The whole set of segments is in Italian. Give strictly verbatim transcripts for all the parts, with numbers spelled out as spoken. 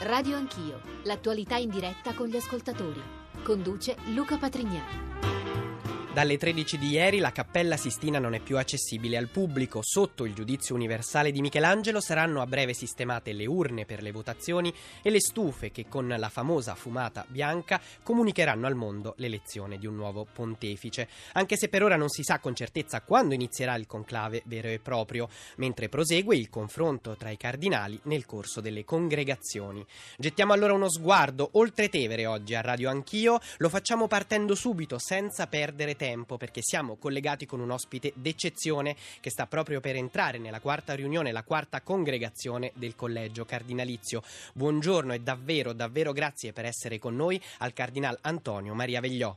Radio Anch'io, l'attualità in diretta con gli ascoltatori. Conduce Luca Patrignani. Dalle tredici di ieri la Cappella Sistina non è più accessibile al pubblico. Sotto il giudizio universale di Michelangelo saranno a breve sistemate le urne per le votazioni e le stufe che con la famosa fumata bianca comunicheranno al mondo l'elezione di un nuovo pontefice. Anche se per ora non si sa con certezza quando inizierà il conclave vero e proprio, mentre prosegue il confronto tra i cardinali nel corso delle congregazioni. Gettiamo allora uno sguardo oltre Tevere oggi a Radio Anch'io. Lo facciamo partendo subito, senza perdere tempo, perché siamo collegati con un ospite d'eccezione che sta proprio per entrare nella quarta riunione, la quarta congregazione del Collegio Cardinalizio. Buongiorno e davvero, davvero grazie per essere con noi al Cardinal Antonio Maria Vegliò.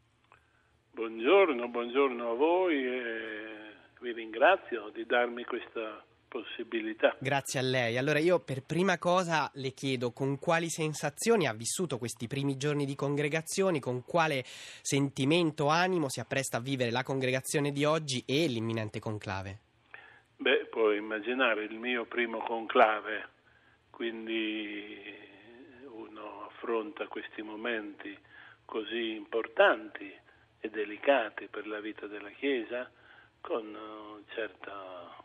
Buongiorno, buongiorno a voi e vi ringrazio di darmi questa possibilità. Grazie a lei. Allora io per prima cosa le chiedo con quali sensazioni ha vissuto questi primi giorni di congregazioni, con quale sentimento, animo si appresta a vivere la congregazione di oggi e l'imminente conclave. Beh, puoi immaginare il mio primo conclave, quindi uno affronta questi momenti così importanti e delicati per la vita della Chiesa con certa...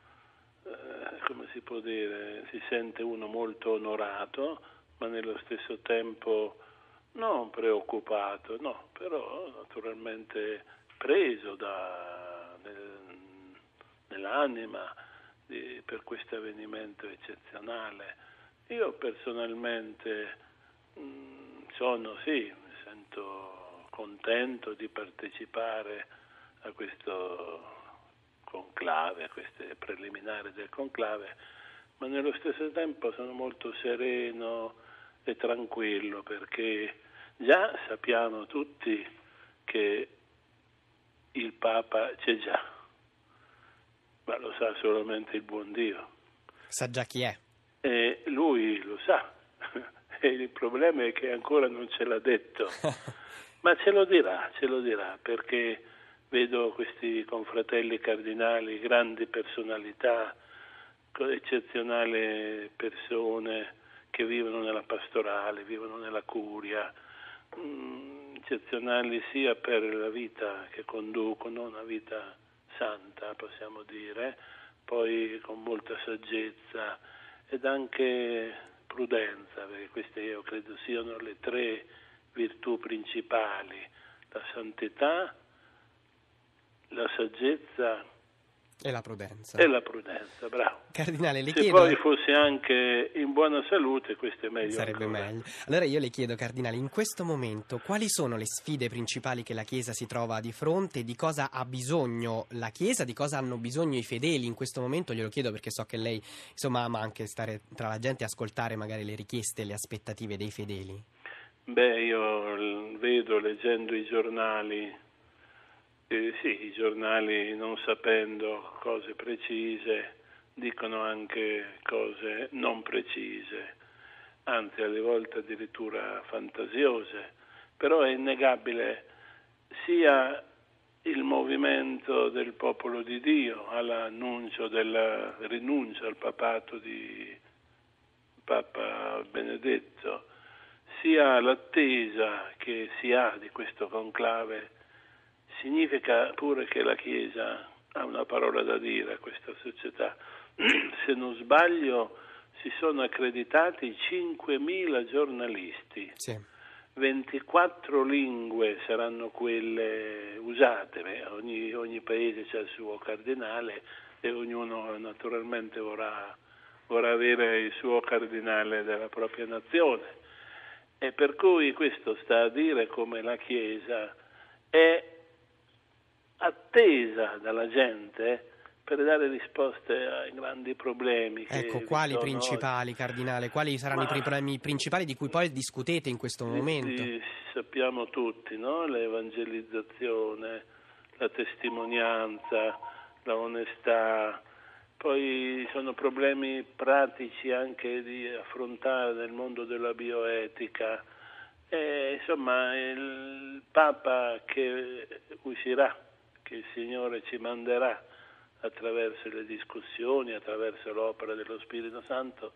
Eh, come si può dire, si sente uno molto onorato, ma nello stesso tempo non preoccupato, no, però naturalmente preso da, nel, nell'anima di, per questo avvenimento eccezionale. Io personalmente mh, sono, sì, mi sento contento di partecipare a questo conclave, queste preliminari del conclave, ma nello stesso tempo sono molto sereno e tranquillo, perché già sappiamo tutti che il Papa c'è già, ma lo sa solamente il buon Dio. Sa già chi è. E lui lo sa, e il problema è che ancora non ce l'ha detto, ma ce lo dirà, ce lo dirà, perché vedo questi confratelli cardinali, grandi personalità, eccezionali persone che vivono nella pastorale, vivono nella curia, mh, eccezionali sia per la vita che conducono, una vita santa possiamo dire, poi con molta saggezza ed anche prudenza, perché queste io credo siano le tre virtù principali: la santità, la saggezza e la prudenza. E la prudenza, bravo. Cardinale, le Se chiedo... poi fosse anche in buona salute, questo è meglio. Sarebbe ancora. meglio. Allora io le chiedo, Cardinale, in questo momento quali sono le sfide principali che la Chiesa si trova di fronte? Di cosa ha bisogno la Chiesa? Di cosa hanno bisogno i fedeli in questo momento? Glielo chiedo perché so che lei, insomma, ama anche stare tra la gente e ascoltare magari le richieste e le aspettative dei fedeli. Beh, io vedo leggendo i giornali, eh, sì, i giornali non sapendo cose precise dicono anche cose non precise, anzi alle volte addirittura fantasiose, però è innegabile sia il movimento del popolo di Dio all'annuncio della rinuncia al papato di Papa Benedetto, sia l'attesa che si ha di questo conclave. Significa pure che la Chiesa ha una parola da dire a questa società. Se non sbaglio si sono accreditati cinquemila giornalisti, sì. ventiquattro lingue saranno quelle usate. Beh, ogni, ogni paese ha il suo cardinale e ognuno naturalmente vorrà, vorrà avere il suo cardinale della propria nazione. E per cui questo sta a dire come la Chiesa è attesa dalla gente per dare risposte ai grandi problemi. Che ecco, quali principali, oggi. Cardinale? Quali saranno Ma... i problemi principali di cui poi discutete in questo momento? Li, li sappiamo tutti, no? L'evangelizzazione, la testimonianza, la onestà. Poi sono problemi pratici anche di affrontare nel mondo della bioetica. E, insomma, il Papa che uscirà, che il Signore ci manderà attraverso le discussioni, attraverso l'opera dello Spirito Santo,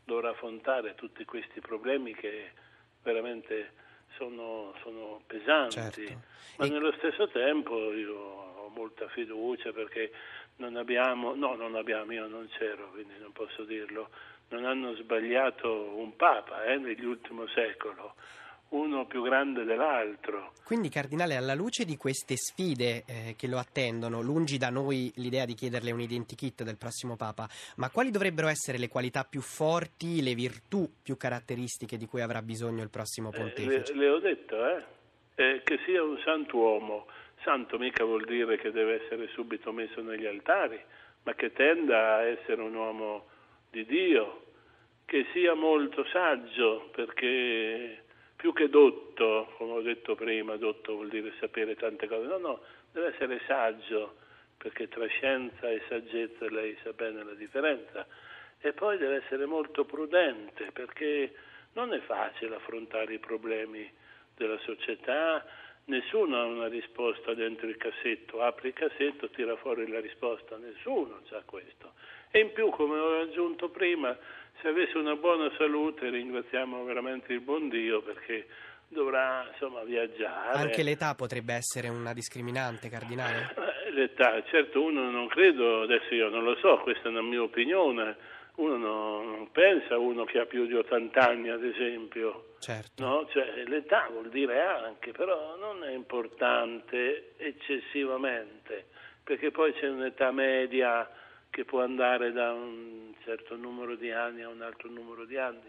dovrà affrontare tutti questi problemi che veramente sono, sono pesanti, certo. ma E... nello stesso tempo io ho molta fiducia perché non abbiamo, no non abbiamo, io non c'ero quindi non posso dirlo, non hanno sbagliato un Papa eh, nell'ultimo secolo, uno più grande dell'altro. Quindi, Cardinale, alla luce di queste sfide eh, che lo attendono, lungi da noi l'idea di chiederle un identikit del prossimo Papa, ma quali dovrebbero essere le qualità più forti, le virtù più caratteristiche di cui avrà bisogno il prossimo pontefice? Eh, le, le ho detto, eh? Eh, che sia un santuomo. Santo mica vuol dire che deve essere subito messo negli altari, ma che tenda a essere un uomo di Dio, che sia molto saggio, perché più che dotto, come ho detto prima, dotto vuol dire sapere tante cose, no, no, deve essere saggio, perché tra scienza e saggezza lei sa bene la differenza, e poi deve essere molto prudente, perché non è facile affrontare i problemi della società, nessuno ha una risposta dentro il cassetto, apri il cassetto, tira fuori la risposta, nessuno ha questo. E in più, come ho aggiunto prima, se avesse una buona salute ringraziamo veramente il buon Dio perché dovrà insomma viaggiare. Anche l'età potrebbe essere una discriminante, Cardinale? Eh, l'età, certo uno non credo, adesso io non lo so, questa è una mia opinione, uno non pensa a uno che ha più di ottanta anni ad esempio, certo. no? Cioè, l'età vuol dire anche, però non è importante eccessivamente, perché poi c'è un'età media che può andare da un certo numero di anni a un altro numero di anni.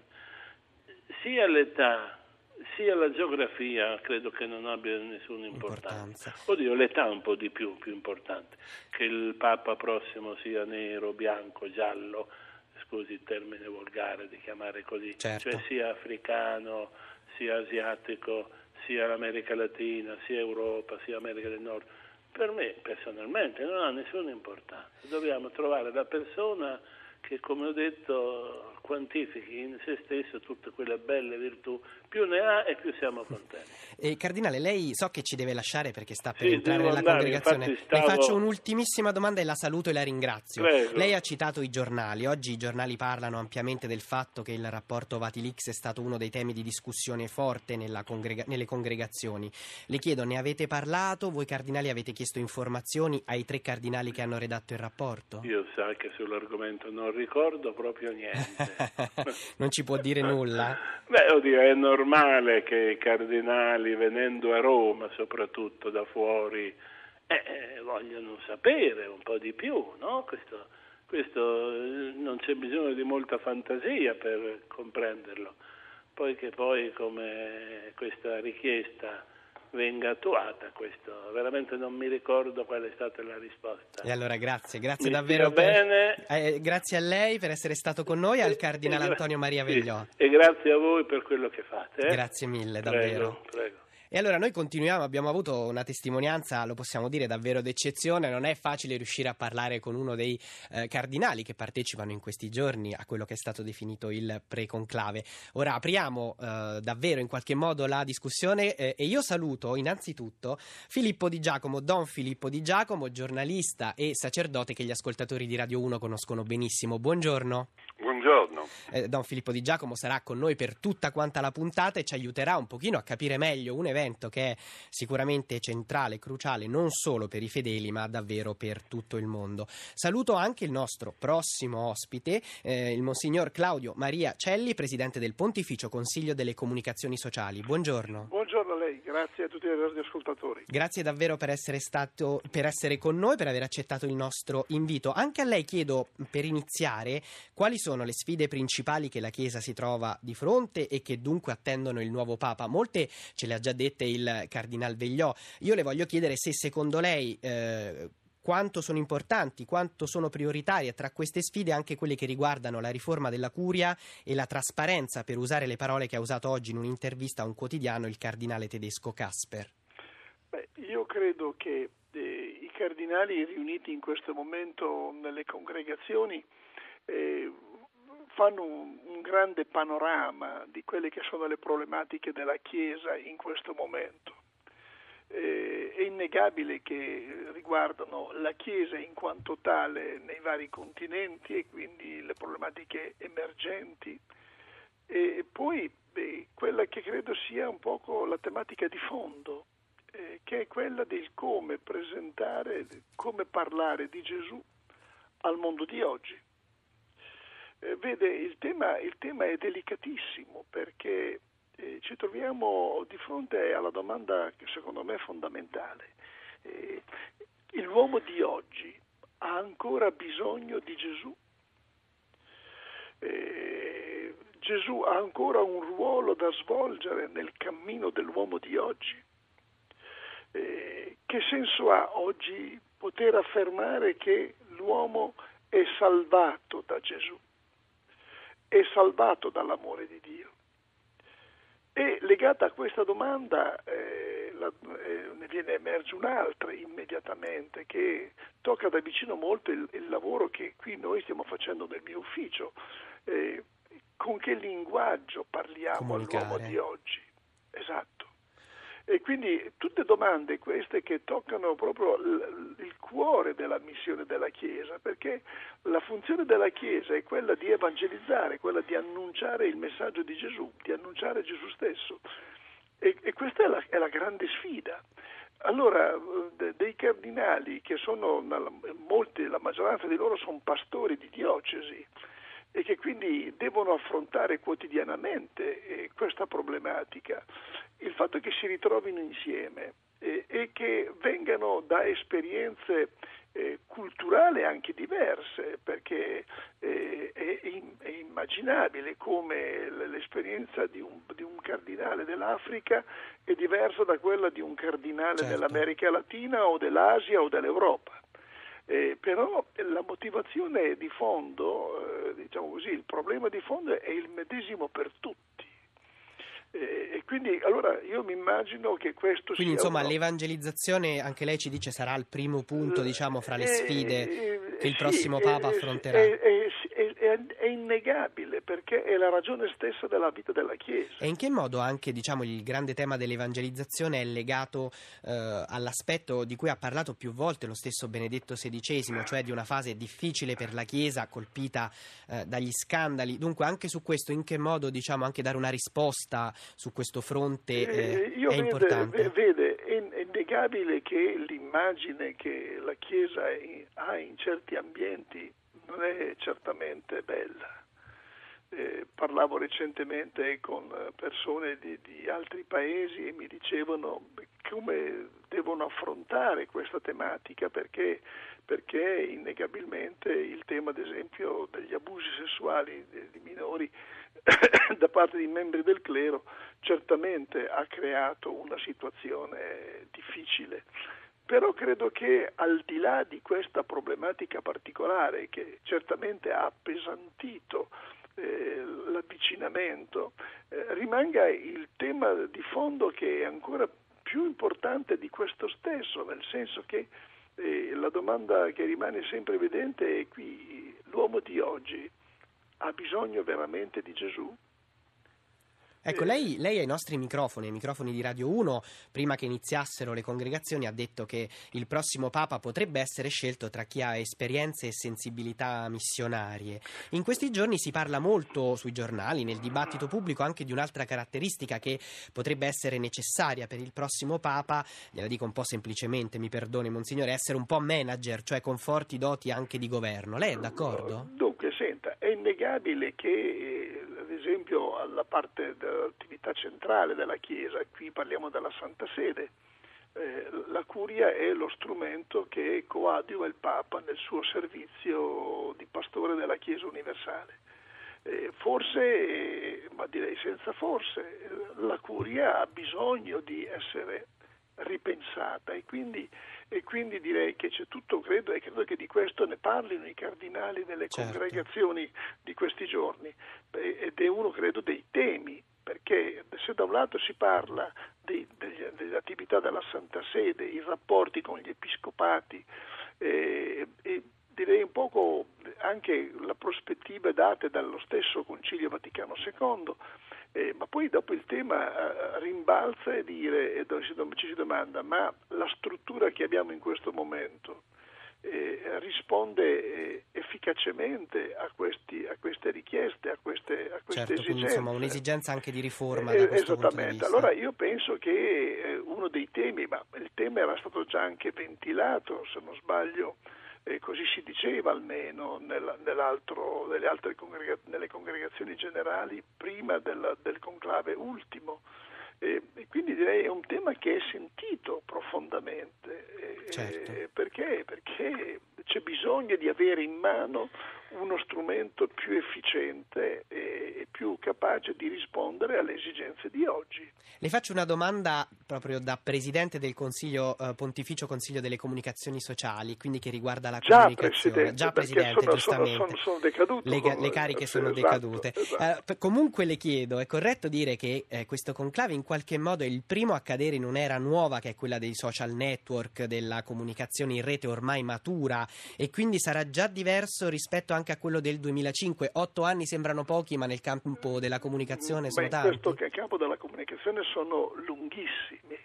Sia l'età sia la geografia credo che non abbia nessuna importanza. importanza. Oddio, l'età un po' di più, più importante, che il Papa prossimo sia nero, bianco, giallo, scusi il termine volgare di chiamare così, certo. Cioè sia africano, sia asiatico, sia l'America Latina, sia Europa, sia America del Nord. Per me personalmente non ha nessuna importanza, dobbiamo trovare la persona che, come ho detto, quantifichi in se stesso tutte quelle belle virtù, più ne ha e più siamo contenti. E Cardinale, lei so che ci deve lasciare perché sta per sì, entrare nella andare, congregazione. stavo... Le faccio un'ultimissima domanda e la saluto e la ringrazio. Prego. Lei ha citato i giornali, oggi i giornali parlano ampiamente del fatto che il rapporto Vatilix è stato uno dei temi di discussione forte nella congrega- nelle congregazioni. Le chiedo, ne avete parlato? Voi cardinali avete chiesto informazioni ai tre cardinali che hanno redatto il rapporto? Io sa che sull'argomento non ricordo proprio niente. Non ci può dire nulla? Beh, oddio, è normale che i cardinali, venendo a Roma, soprattutto da fuori, eh, vogliono sapere un po' di più, no? Questo, questo non c'è bisogno di molta fantasia per comprenderlo. Poi che poi come questa richiesta venga attuata, questo veramente non mi ricordo qual è stata la risposta. E allora grazie, grazie mi davvero per, bene. Eh, grazie a lei per essere stato con noi, al Cardinale gra- Antonio Maria Vegliò. Sì, e grazie a voi per quello che fate. Eh? Grazie mille, davvero. Prego, prego. E allora noi continuiamo, abbiamo avuto una testimonianza, lo possiamo dire, davvero d'eccezione. Non è facile riuscire a parlare con uno dei eh, cardinali che partecipano in questi giorni a quello che è stato definito il pre-conclave. Ora apriamo eh, davvero in qualche modo la discussione eh, e io saluto innanzitutto Filippo Di Giacomo, Don Filippo Di Giacomo, giornalista e sacerdote che gli ascoltatori di Radio uno conoscono benissimo. Buongiorno. Buongiorno. Eh, Don Filippo Di Giacomo sarà con noi per tutta quanta la puntata e ci aiuterà un pochino a capire meglio un evento che è sicuramente centrale, cruciale non solo per i fedeli ma davvero per tutto il mondo. Saluto anche il nostro prossimo ospite, eh, il Monsignor Claudio Maria Celli, Presidente del Pontificio Consiglio delle Comunicazioni Sociali. Buongiorno. Buongiorno a lei, grazie a tutti i radioascoltatori. Grazie davvero per essere stato, per essere con noi, per aver accettato il nostro invito. Anche a lei chiedo, per iniziare, quali sono le sfide principali che la Chiesa si trova di fronte e che dunque attendono il nuovo Papa. Molte ce le ha già dette il Cardinal Vegliò. Io le voglio chiedere se secondo lei eh, quanto sono importanti, quanto sono prioritarie tra queste sfide anche quelle che riguardano la riforma della curia e la trasparenza, per usare le parole che ha usato oggi in un'intervista a un quotidiano il cardinale tedesco Kasper. Beh, io credo che eh, i cardinali riuniti in questo momento nelle congregazioni eh, fanno un, un grande panorama di quelle che sono le problematiche della Chiesa in questo momento. eh, è innegabile che riguardano la Chiesa in quanto tale nei vari continenti e quindi le problematiche emergenti. E poi beh, quella che credo sia un poco la tematica di fondo, eh, che è quella del come presentare, come parlare di Gesù al mondo di oggi. Eh, vede, il tema, il tema è delicatissimo perché eh, ci troviamo di fronte alla domanda che secondo me è fondamentale. Eh, l'uomo di oggi ha ancora bisogno di Gesù? Eh, Gesù ha ancora un ruolo da svolgere nel cammino dell'uomo di oggi? Eh, che senso ha oggi poter affermare che l'uomo è salvato da Gesù, è salvato dall'amore di Dio? E legata a questa domanda eh, la, eh, ne viene emerge un'altra immediatamente che tocca da vicino molto il, il lavoro che qui noi stiamo facendo nel mio ufficio. Eh, con che linguaggio parliamo all'uomo di oggi? Esatto. E quindi tutte domande queste che toccano proprio l- il cuore della missione della Chiesa, perché la funzione della Chiesa è quella di evangelizzare, quella di annunciare il messaggio di Gesù, di annunciare Gesù stesso. E, e questa è la, è la grande sfida. Allora, de- dei cardinali che sono, molti, la maggioranza di loro sono pastori di diocesi, e che quindi devono affrontare quotidianamente eh, questa problematica. Il fatto che si ritrovino insieme eh, e che vengano da esperienze eh, culturali anche diverse, perché eh, è, è immaginabile come l'esperienza di un, di un cardinale dell'Africa è diversa da quella di un cardinale certo. dell'America Latina o dell'Asia o dell'Europa. Eh, però la motivazione di fondo, eh, diciamo così, il problema di fondo è il medesimo per tutti. Eh, e quindi allora io mi immagino che questo quindi sia insomma uno... l'evangelizzazione, anche lei ci dice, sarà il primo punto diciamo fra le sfide eh, che il sì, prossimo eh, Papa affronterà. È, è, è, è, è innegabile perché è la ragione stessa della vita della Chiesa. E in che modo anche diciamo il grande tema dell'evangelizzazione è legato eh, all'aspetto di cui ha parlato più volte lo stesso Benedetto sedicesimo, cioè di una fase difficile per la Chiesa colpita eh, dagli scandali. Dunque anche su questo in che modo diciamo anche dare una risposta su questo fronte eh, Io è vede, importante? Vede, è innegabile che l'immagine che la Chiesa ha in certi ambienti non è certamente bella. Eh, parlavo recentemente con persone di, di altri paesi e mi dicevano come devono affrontare questa tematica perché, perché innegabilmente il tema ad esempio degli abusi sessuali di, di minori da parte di membri del clero certamente ha creato una situazione difficile. Però credo che al di là di questa problematica particolare che certamente ha appesantito eh, l'avvicinamento, eh, rimanga il tema di fondo che è ancora più importante di questo stesso, nel senso che eh, la domanda che rimane sempre evidente è qui: l'uomo di oggi ha bisogno veramente di Gesù? Ecco, lei, lei ai nostri microfoni, ai microfoni di Radio uno, prima che iniziassero le congregazioni, ha detto che il prossimo Papa potrebbe essere scelto tra chi ha esperienze e sensibilità missionarie. In questi giorni si parla molto sui giornali, nel dibattito pubblico, anche di un'altra caratteristica che potrebbe essere necessaria per il prossimo Papa, gliela dico un po' semplicemente, mi perdoni Monsignore, essere un po' manager, cioè con forti doti anche di governo. Lei è d'accordo? Dunque, senta, è innegabile che ad esempio alla parte dell'attività centrale della Chiesa, qui parliamo della Santa Sede, eh, la curia è lo strumento che coadiuva il Papa nel suo servizio di pastore della Chiesa universale. Eh, forse, eh, ma direi senza forse, la curia ha bisogno di essere ripensata e quindi, e quindi direi che c'è tutto, credo, e credo che di questo ne parlino i cardinali nelle certo. congregazioni di questi giorni, ed è uno, credo, dei temi, perché se da un lato si parla di, delle, delle attività della Santa Sede, i rapporti con gli episcopati eh, e direi un poco anche la prospettiva date dallo stesso Concilio Vaticano secondo, Eh, ma poi dopo il tema eh, rimbalza e, dire, e ci si domanda, ma la struttura che abbiamo in questo momento eh, risponde eh, efficacemente a, questi, a queste richieste, a queste, a queste certo, esigenze? Quindi, insomma, un'esigenza anche di riforma eh, da questo esattamente. punto di vista. Allora io penso che eh, uno dei temi, ma il tema era stato già anche ventilato, se non sbaglio, eh, così si diceva almeno nella, nell'altro, nelle altre congrega- nelle congregazioni generali prima del, del conclave ultimo, eh, e quindi direi è un tema che è sentito profondamente, eh, certo. eh, perché? Perché c'è bisogno di avere in mano uno strumento più efficiente e più capace di rispondere alle esigenze di oggi. Le faccio una domanda proprio da Presidente del Consiglio eh, Pontificio Consiglio delle Comunicazioni Sociali, quindi che riguarda la Già comunicazione. Presidente, Già perché Presidente, sono, giustamente. sono, sono, sono decaduto. Le, con, le cariche sì, sono esatto, decadute. Esatto. Eh, comunque le chiedo, è corretto dire che eh, questo conclave in qualche modo è il primo a cadere in un'era nuova, che è quella dei social network, della comunicazione in rete ormai matura, e quindi sarà già diverso rispetto anche a quello del duemilacinque? Otto anni sembrano pochi, ma nel campo della comunicazione sono Ma in tanti? questo campo della comunicazione sono lunghissimi.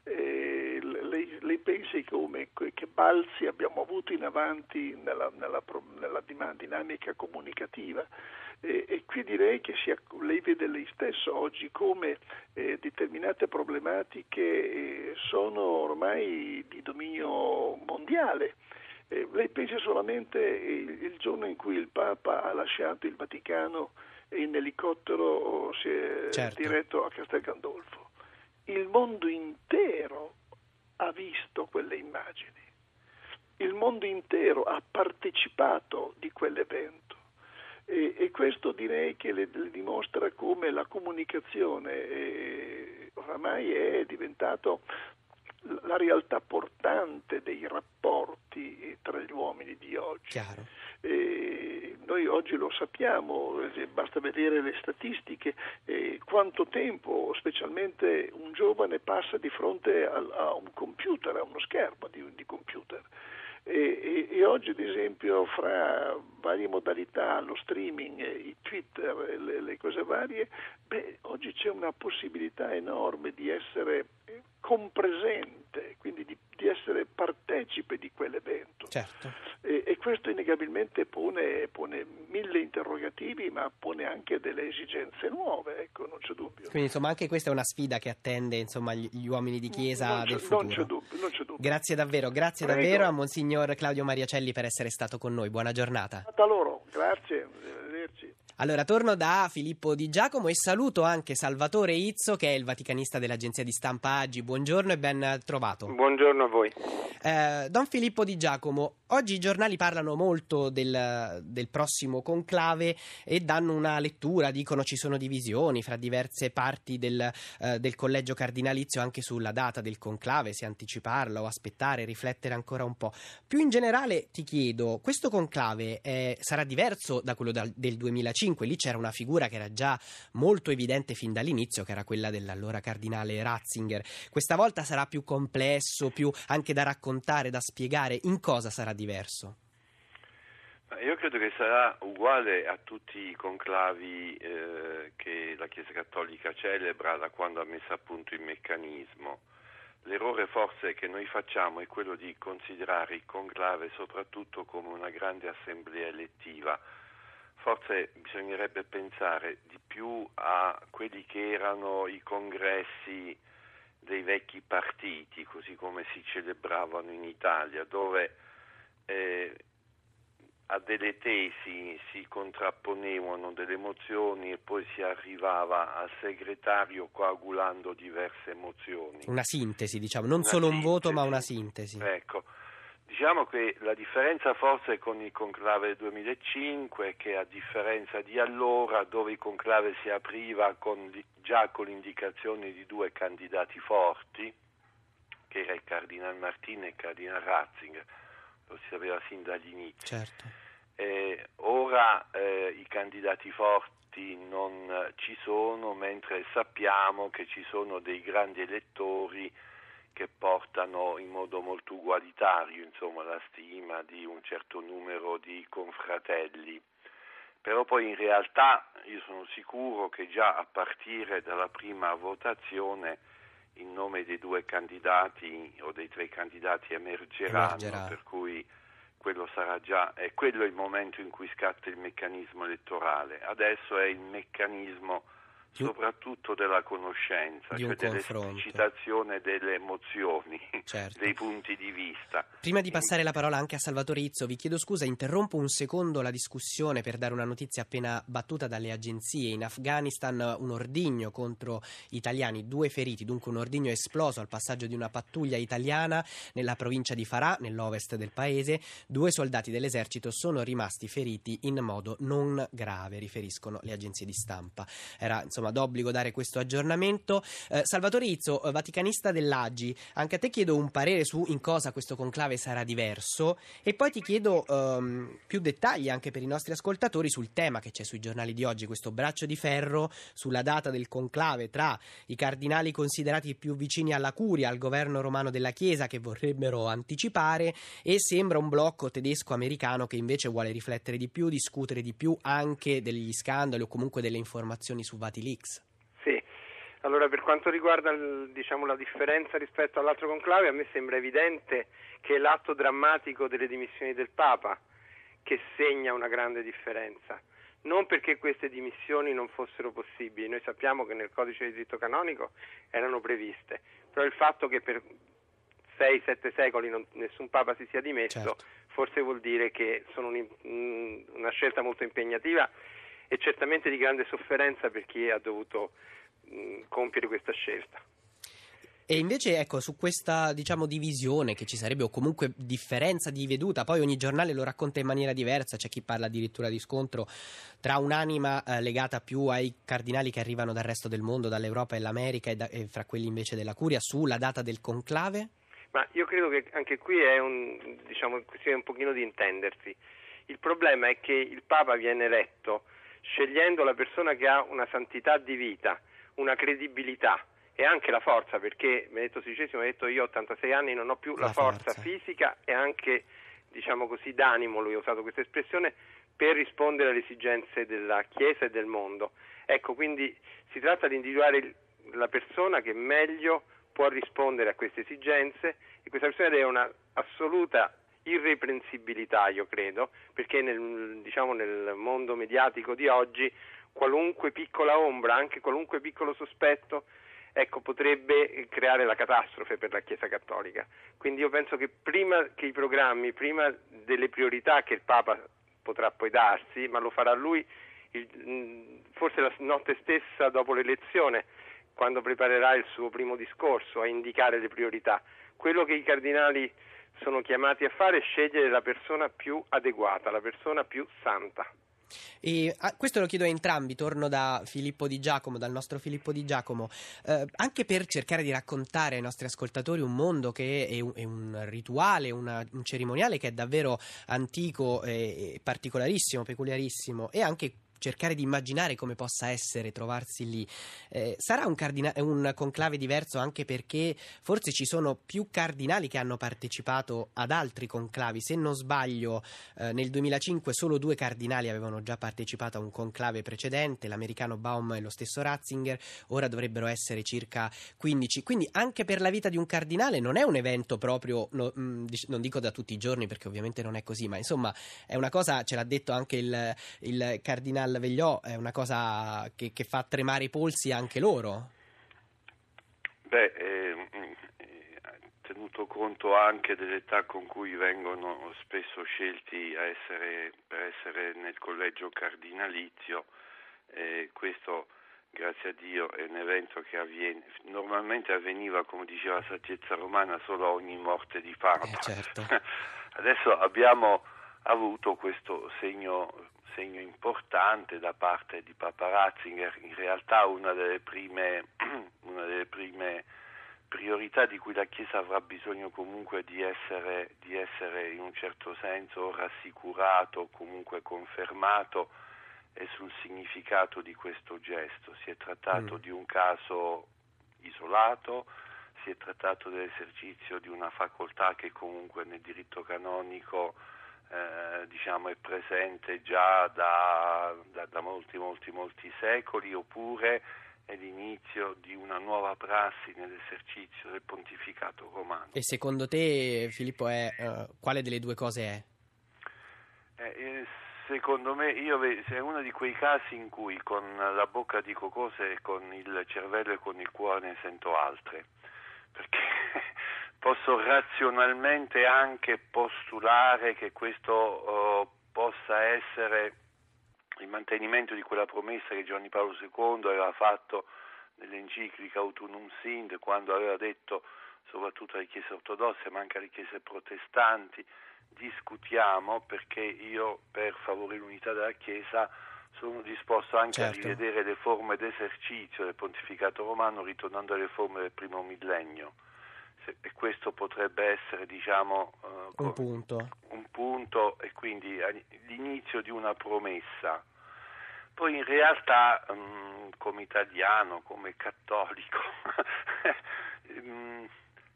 Eh, lei, lei pensi come, che balzi abbiamo avuto in avanti nella, nella, nella dinamica comunicativa, eh, e qui direi che sia, lei vede lei stesso oggi come eh, determinate problematiche eh, sono ormai di dominio mondiale. Eh, lei pensi solamente il, il giorno in cui il Papa ha lasciato il Vaticano e in elicottero si è certo. diretto a Castel Gandolfo. Il mondo intero ha visto quelle immagini, il mondo intero ha partecipato di quell'evento, e, e questo direi che le, le dimostra come la comunicazione eh, oramai è diventato la realtà portante dei rapporti tra gli uomini di oggi. Chiaro. Eh, noi oggi lo sappiamo, eh, basta vedere le statistiche, eh, quanto tempo specialmente un giovane passa di fronte a, a un computer, a uno schermo di, di computer. E, e, e oggi ad esempio fra varie modalità, lo streaming, i Twitter, le, le cose varie, beh, oggi c'è una possibilità enorme di essere compresente, quindi di, di essere partecipe di quell'evento. Certo. E, e questo innegabilmente pone, pone mille interrogativi, ma pone anche delle esigenze nuove, ecco, non c'è dubbio. Quindi insomma anche questa è una sfida che attende insomma gli, gli uomini di Chiesa non del c'è, futuro. Non c'è dubbio, non c'è dubbio. Grazie davvero, grazie Prego. davvero a Monsignor Claudio Mariacelli per essere stato con noi. Buona giornata. A loro, grazie, arrivederci. Allora, torno da Filippo Di Giacomo e saluto anche Salvatore Izzo, che è il vaticanista dell'agenzia di stampa Agi. Buongiorno e ben trovato. Buongiorno a voi. Eh, Don Filippo Di Giacomo, oggi i giornali parlano molto del, del prossimo conclave e danno una lettura, dicono ci sono divisioni fra diverse parti del, eh, del collegio cardinalizio anche sulla data del conclave, se anticiparla o aspettare, riflettere ancora un po'. Più in generale ti chiedo, questo conclave eh, sarà diverso da quello dal, del duemilacinque? Lì c'era una figura che era già molto evidente fin dall'inizio, che era quella dell'allora cardinale Ratzinger. Questa volta sarà più complesso, più anche da raccontare, da spiegare. In cosa sarà diverso? Io credo che sarà uguale a tutti i conclavi eh, che la Chiesa Cattolica celebra da quando ha messo a punto il meccanismo. L'errore forse che noi facciamo è quello di considerare il conclave soprattutto come una grande assemblea elettiva. Forse bisognerebbe pensare di più a quelli che erano i congressi dei vecchi partiti, così come si celebravano in Italia, dove eh, a delle tesi si contrapponevano delle mozioni e poi si arrivava al segretario coagulando diverse mozioni. Una sintesi, diciamo, non una solo un sintesi. voto ma una sintesi. Ecco. Diciamo che la differenza forse con il conclave del duemilacinque è che a differenza di allora, dove il conclave si apriva con, già con l'indicazione di due candidati forti, che era il Cardinal Martin e il Cardinal Ratzinger, lo si sapeva sin dagli inizi. Certo. Eh, ora eh, i candidati forti non ci sono, mentre sappiamo che ci sono dei grandi elettori che portano in modo molto ugualitario, insomma, la stima di un certo numero di confratelli. Però poi in realtà io sono sicuro che già a partire dalla prima votazione il nome dei due candidati o dei tre candidati emergeranno, Emergerà. Per cui quello sarà già, è quello il momento in cui scatta il meccanismo elettorale. Adesso è il meccanismo soprattutto della conoscenza, di un cioè confronto, dell'esplicitazione delle emozioni, certo. dei punti di vista. Prima di passare la parola anche a Salvatore Izzo, vi chiedo scusa, interrompo un secondo la discussione per dare una notizia appena battuta dalle agenzie. In Afghanistan un ordigno contro italiani, due feriti, dunque un ordigno esploso al passaggio di una pattuglia italiana nella provincia di Farah, nell'ovest del paese. Due soldati dell'esercito sono rimasti feriti in modo non grave, riferiscono le agenzie di stampa. Era insomma d'obbligo dare questo aggiornamento. Eh, Salvatore Izzo, vaticanista dell'A G I, anche a te chiedo un parere su in cosa questo conclave sarà diverso e poi ti chiedo ehm, più dettagli anche per i nostri ascoltatori sul tema che c'è sui giornali di oggi, questo braccio di ferro sulla data del conclave tra i cardinali considerati più vicini alla curia, al governo romano della Chiesa, che vorrebbero anticipare, e sembra un blocco tedesco-americano che invece vuole riflettere di più, discutere di più anche degli scandali o comunque delle informazioni su Vatilix. Sì, allora per quanto riguarda il, diciamo, la differenza rispetto all'altro conclave, a me sembra evidente che è l'atto drammatico delle dimissioni del Papa che segna una grande differenza, non perché queste dimissioni non fossero possibili, noi sappiamo che nel codice di diritto canonico erano previste, però il fatto che per sei sette secoli non, nessun Papa si sia dimesso, certo, forse vuol dire che sono un, una scelta molto impegnativa e certamente di grande sofferenza per chi ha dovuto mh, compiere questa scelta. E invece ecco, su questa diciamo divisione che ci sarebbe, o comunque differenza di veduta, poi ogni giornale lo racconta in maniera diversa, c'è chi parla addirittura di scontro tra un'anima eh, legata più ai cardinali che arrivano dal resto del mondo, dall'Europa e l'America, e, da, e fra quelli invece della curia, sulla data del conclave? Ma io credo che anche qui è un, diciamo, questione un pochino di intendersi. Il problema è che il Papa viene eletto scegliendo la persona che ha una santità di vita, una credibilità e anche la forza, perché Benedetto sedicesimo ha detto: io ho ottantasei anni, non ho più la, la forza, forza fisica e anche, diciamo così, d'animo, lui ha usato questa espressione, per rispondere alle esigenze della Chiesa e del mondo. Ecco, quindi si tratta di individuare la persona che meglio può rispondere a queste esigenze, e questa persona deve una assoluta irreprensibilità, io credo, perché nel, diciamo, nel mondo mediatico di oggi qualunque piccola ombra, anche qualunque piccolo sospetto, ecco, potrebbe creare la catastrofe per la Chiesa Cattolica. Quindi io penso che prima che i programmi, prima delle priorità che il Papa potrà poi darsi, ma lo farà lui il, forse la notte stessa dopo l'elezione, quando preparerà il suo primo discorso a indicare le priorità, quello che i cardinali sono chiamati a fare è scegliere la persona più adeguata, la persona più santa. E ah, questo lo chiedo a entrambi, torno da Filippo Di Giacomo, dal nostro Filippo Di Giacomo, eh, anche per cercare di raccontare ai nostri ascoltatori un mondo che è un, è un rituale, una, un cerimoniale che è davvero antico e, e particolarissimo, peculiarissimo, e anche cercare di immaginare come possa essere trovarsi lì. Eh, sarà un, cardina- un conclave diverso anche perché forse ci sono più cardinali che hanno partecipato ad altri conclavi. Se non sbaglio, eh, nel duemilacinque solo due cardinali avevano già partecipato a un conclave precedente, l'americano Baum e lo stesso Ratzinger, ora dovrebbero essere circa quindici. Quindi anche per la vita di un cardinale non è un evento proprio, no, mh, non dico da tutti i giorni perché ovviamente non è così, ma insomma è una cosa, ce l'ha detto anche il, il cardinale Vegliò, è una cosa che, che fa tremare i polsi anche loro. Beh, eh, tenuto conto anche dell'età con cui vengono spesso scelti a essere, per essere nel collegio cardinalizio, eh, questo, grazie a Dio, è un evento che avviene, normalmente avveniva, come diceva la saggezza romana, solo a ogni morte di Papa. Eh, certo. Adesso abbiamo avuto questo segno segno importante da parte di Papa Ratzinger, in realtà una delle prime una delle prime priorità di cui la Chiesa avrà bisogno comunque di essere di essere in un certo senso rassicurato, comunque confermato, è sul significato di questo gesto. Si è trattato mm. di un caso isolato, si è trattato dell'esercizio di una facoltà che comunque nel diritto canonico eh, diciamo è presente già da, da, da molti molti molti secoli, oppure è l'inizio di una nuova prassi nell'esercizio del pontificato romano. E secondo te, Filippo, è uh, quale delle due cose è? Eh, secondo me io ve- è uno di quei casi in cui con la bocca dico cose e con il cervello e con il cuore ne sento altre, perché posso razionalmente anche postulare che questo uh, possa essere il mantenimento di quella promessa che Giovanni Paolo secondo aveva fatto nell'enciclica Autunum Sint, quando aveva detto soprattutto alle chiese ortodosse ma anche alle chiese protestanti: discutiamo, perché io per favorire l'unità della Chiesa sono disposto anche certo. a rivedere le forme d'esercizio del pontificato romano ritornando alle forme del primo millennio. Se, e questo potrebbe essere, diciamo, uh, un punto. un punto e quindi l'inizio di una promessa. Poi in realtà um, come italiano, come cattolico um,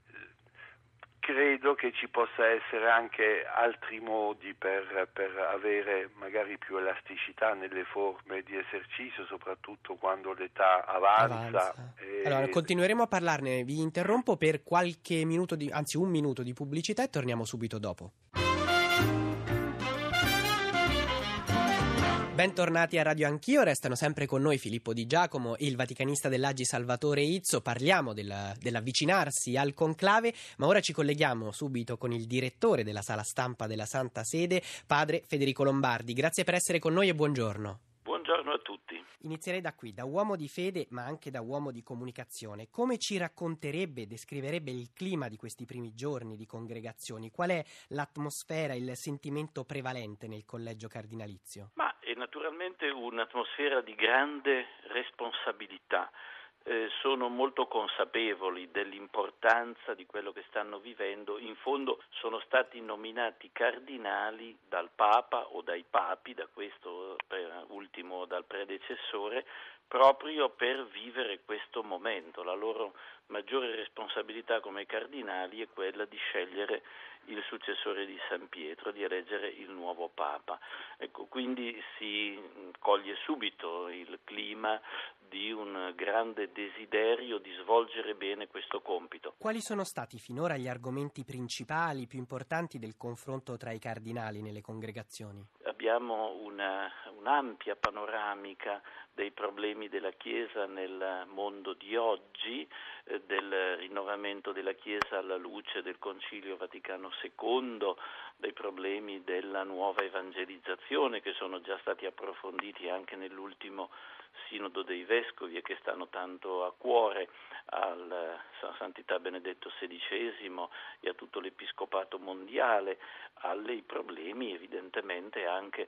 credo che ci possa essere anche altri modi per, per avere magari più elasticità nelle forme di esercizio, soprattutto quando l'età avanza. avanza. E... Allora, continueremo a parlarne, vi interrompo per qualche minuto, di, anzi un minuto di pubblicità e torniamo subito dopo. Bentornati a Radio Anch'io, restano sempre con noi Filippo Di Giacomo e il vaticanista dell'A G I Salvatore Izzo. Parliamo del, dell'avvicinarsi al conclave, ma ora ci colleghiamo subito con il direttore della sala stampa della Santa Sede, padre Federico Lombardi. Grazie per essere con noi e buongiorno. Buongiorno a tutti. Inizierei da qui, da uomo di fede ma anche da uomo di comunicazione. Come ci racconterebbe, descriverebbe il clima di questi primi giorni di congregazioni? Qual è l'atmosfera, il sentimento prevalente nel collegio cardinalizio? Ma è naturalmente un'atmosfera di grande responsabilità. Eh, sono molto consapevoli dell'importanza di quello che stanno vivendo. In fondo sono stati nominati cardinali dal Papa o dai Papi, da questo per ultimo dal predecessore, proprio per vivere questo momento. La loro maggiore responsabilità come cardinali è quella di scegliere il successore di San Pietro, di eleggere il nuovo Papa. Ecco, quindi si coglie subito il clima di un grande desiderio di svolgere bene questo compito. Quali sono stati finora gli argomenti principali, più importanti del confronto tra i cardinali nelle congregazioni? Abbiamo una, un'ampia panoramica dei problemi della Chiesa nel mondo di oggi, eh, del rinnovamento della Chiesa alla luce del Concilio Vaticano secondo, dei problemi della nuova evangelizzazione che sono già stati approfonditi anche nell'ultimo Sinodo dei Vescovi e che stanno tanto a cuore alla Santità Benedetto sedicesimo e a tutto l'Episcopato mondiale, ai problemi evidentemente anche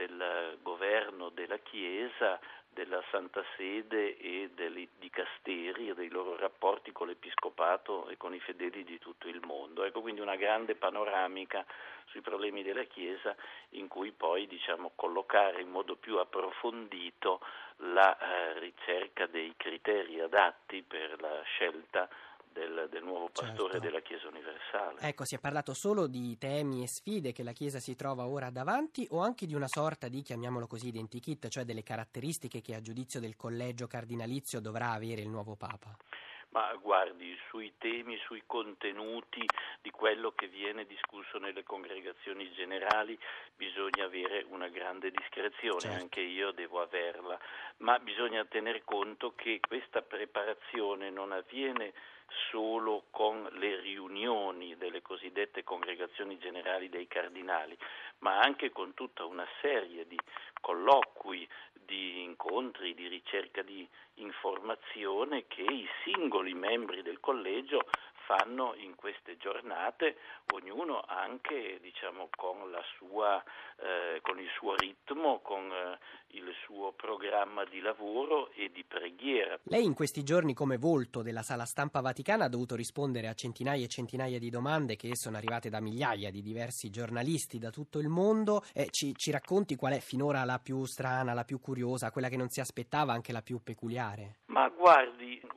del governo della Chiesa, della Santa Sede e dei dicasteri e dei loro rapporti con l'Episcopato e con i fedeli di tutto il mondo. Ecco quindi una grande panoramica sui problemi della Chiesa in cui poi diciamo collocare in modo più approfondito la eh, ricerca dei criteri adatti per la scelta Del, del nuovo pastore certo. della Chiesa universale. Ecco, si è parlato solo di temi e sfide che la Chiesa si trova ora davanti o anche di una sorta di, chiamiamolo così, identikit, cioè delle caratteristiche che a giudizio del collegio cardinalizio dovrà avere il nuovo Papa? Ma guardi, sui temi, sui contenuti di quello che viene discusso nelle congregazioni generali bisogna avere una grande discrezione, certo. Anche io devo averla, ma bisogna tener conto che questa preparazione non avviene solo con le riunioni delle cosiddette congregazioni generali dei cardinali, ma anche con tutta una serie di colloqui, di incontri, di ricerca di informazione che i singoli membri del collegio fanno in queste giornate, ognuno anche diciamo con la sua eh, con il suo ritmo, con eh, il suo programma di lavoro e di preghiera. Lei in questi giorni come volto della Sala Stampa Vaticana ha dovuto rispondere a centinaia e centinaia di domande che sono arrivate da migliaia di diversi giornalisti da tutto il mondo. Eh, ci, ci racconti qual è finora la più strana, la più curiosa, quella che non si aspettava, anche la più peculiare? Ma guardi,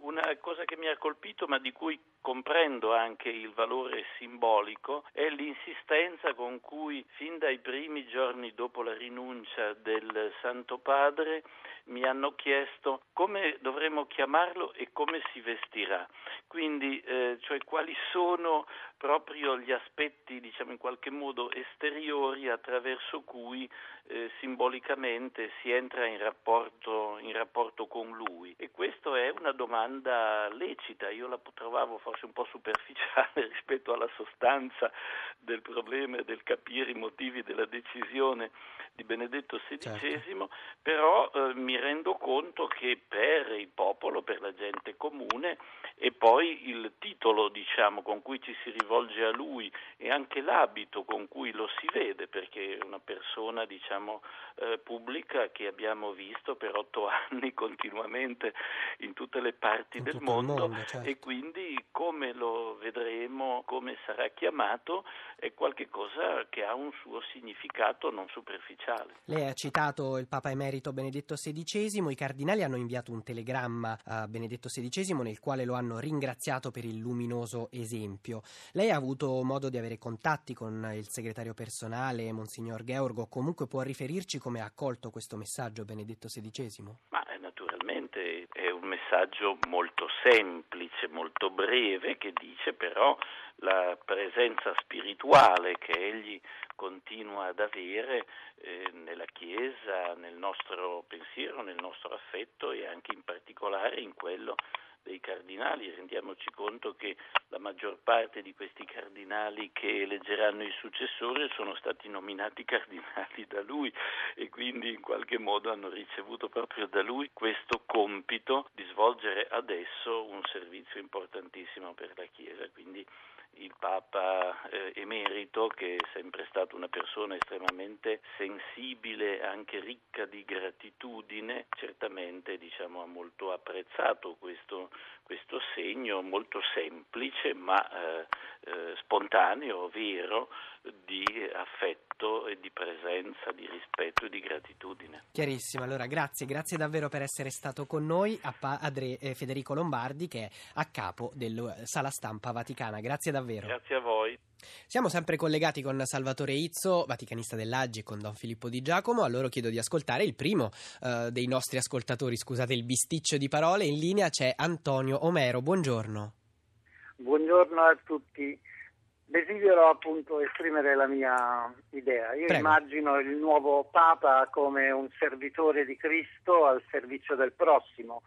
una cosa che mi ha colpito, ma di cui comprendo anche il valore simbolico, è l'insistenza con cui fin dai primi giorni dopo la rinuncia del Santo Padre mi hanno chiesto come dovremmo chiamarlo e come si vestirà. Quindi, eh, cioè quali sono proprio gli aspetti, diciamo in qualche modo esteriori attraverso cui eh, simbolicamente si entra in rapporto, in rapporto con lui. E questa è una domanda lecita, io la trovavo forse un po' superficiale rispetto alla sostanza del problema e del capire i motivi della decisione di Benedetto sedicesimo, certo. Però eh, mi rendo conto che per il popolo, per la gente comune, e poi il titolo, diciamo, con cui ci si rivolge a lui e anche l'abito con cui lo si vede, perché è una persona, diciamo, eh, pubblica che abbiamo visto per otto anni continuamente in tutte le parti in del mondo, mondo certo. E quindi come lo vedremo, come sarà chiamato, è qualcosa che ha un suo significato non superficiale. Lei ha citato il Papa Emerito Benedetto sedicesimo, i cardinali hanno inviato un telegramma a Benedetto sedicesimo nel quale lo hanno ringraziato per il luminoso esempio. Lei ha avuto modo di avere contatti con il segretario personale, Monsignor Georgo, comunque può riferirci come ha accolto questo messaggio Benedetto sedicesimo? Ma naturalmente è un messaggio molto semplice, molto breve, che dice però la presenza spirituale che egli continua ad avere eh, nella Chiesa, nel nostro pensiero, nel nostro affetto e anche in particolare in quello dei cardinali. Rendiamoci conto che la maggior parte di questi cardinali che eleggeranno i successori sono stati nominati cardinali da lui e quindi in qualche modo hanno ricevuto proprio da lui questo compito di svolgere adesso un servizio importantissimo per la Chiesa. Quindi il Papa eh, Emerito, che è sempre stato una persona estremamente sensibile, anche ricca di gratitudine, certamente diciamo ha molto apprezzato questo, questo segno molto semplice ma eh, eh, spontaneo, vero, di affetto e di presenza, di rispetto e di gratitudine. Chiarissimo, allora grazie, grazie davvero per essere stato con noi a Padre eh, Federico Lombardi, che è a capo della Sala Stampa Vaticana. Grazie davvero. Grazie a voi. Siamo sempre collegati con Salvatore Izzo, vaticanista dell'A G I, e con Don Filippo Di Giacomo. A loro chiedo di ascoltare il primo eh, dei nostri ascoltatori, scusate il bisticcio di parole. In linea c'è Antonio Omero, buongiorno. Buongiorno a tutti. Desidero appunto esprimere la mia idea. Io Prego. Immagino il nuovo Papa come un servitore di Cristo al servizio del prossimo,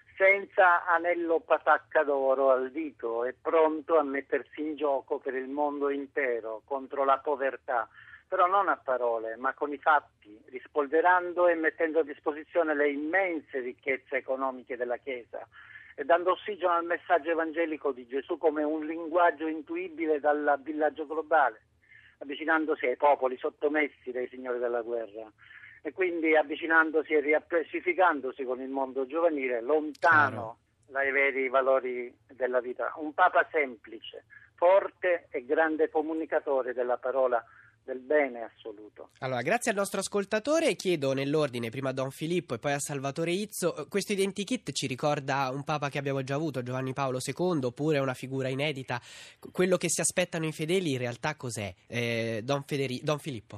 senza anello patacca d'oro al dito e pronto a mettersi in gioco per il mondo intero contro la povertà, però non a parole ma con i fatti, rispolverando e mettendo a disposizione le immense ricchezze economiche della Chiesa e dando ossigeno al messaggio evangelico di Gesù come un linguaggio intuibile dal villaggio globale, avvicinandosi ai popoli sottomessi dai signori della guerra e quindi avvicinandosi e riappacificandosi con il mondo giovanile lontano dai veri valori della vita. Un Papa semplice, forte e grande comunicatore della parola del bene assoluto. Allora, grazie al nostro ascoltatore, chiedo nell'ordine prima a Don Filippo e poi a Salvatore Izzo, questo identikit ci ricorda un Papa che abbiamo già avuto, Giovanni Paolo secondo, oppure una figura inedita? Quello che si aspettano i fedeli in realtà cos'è? Eh, Don, Federi- Don Filippo?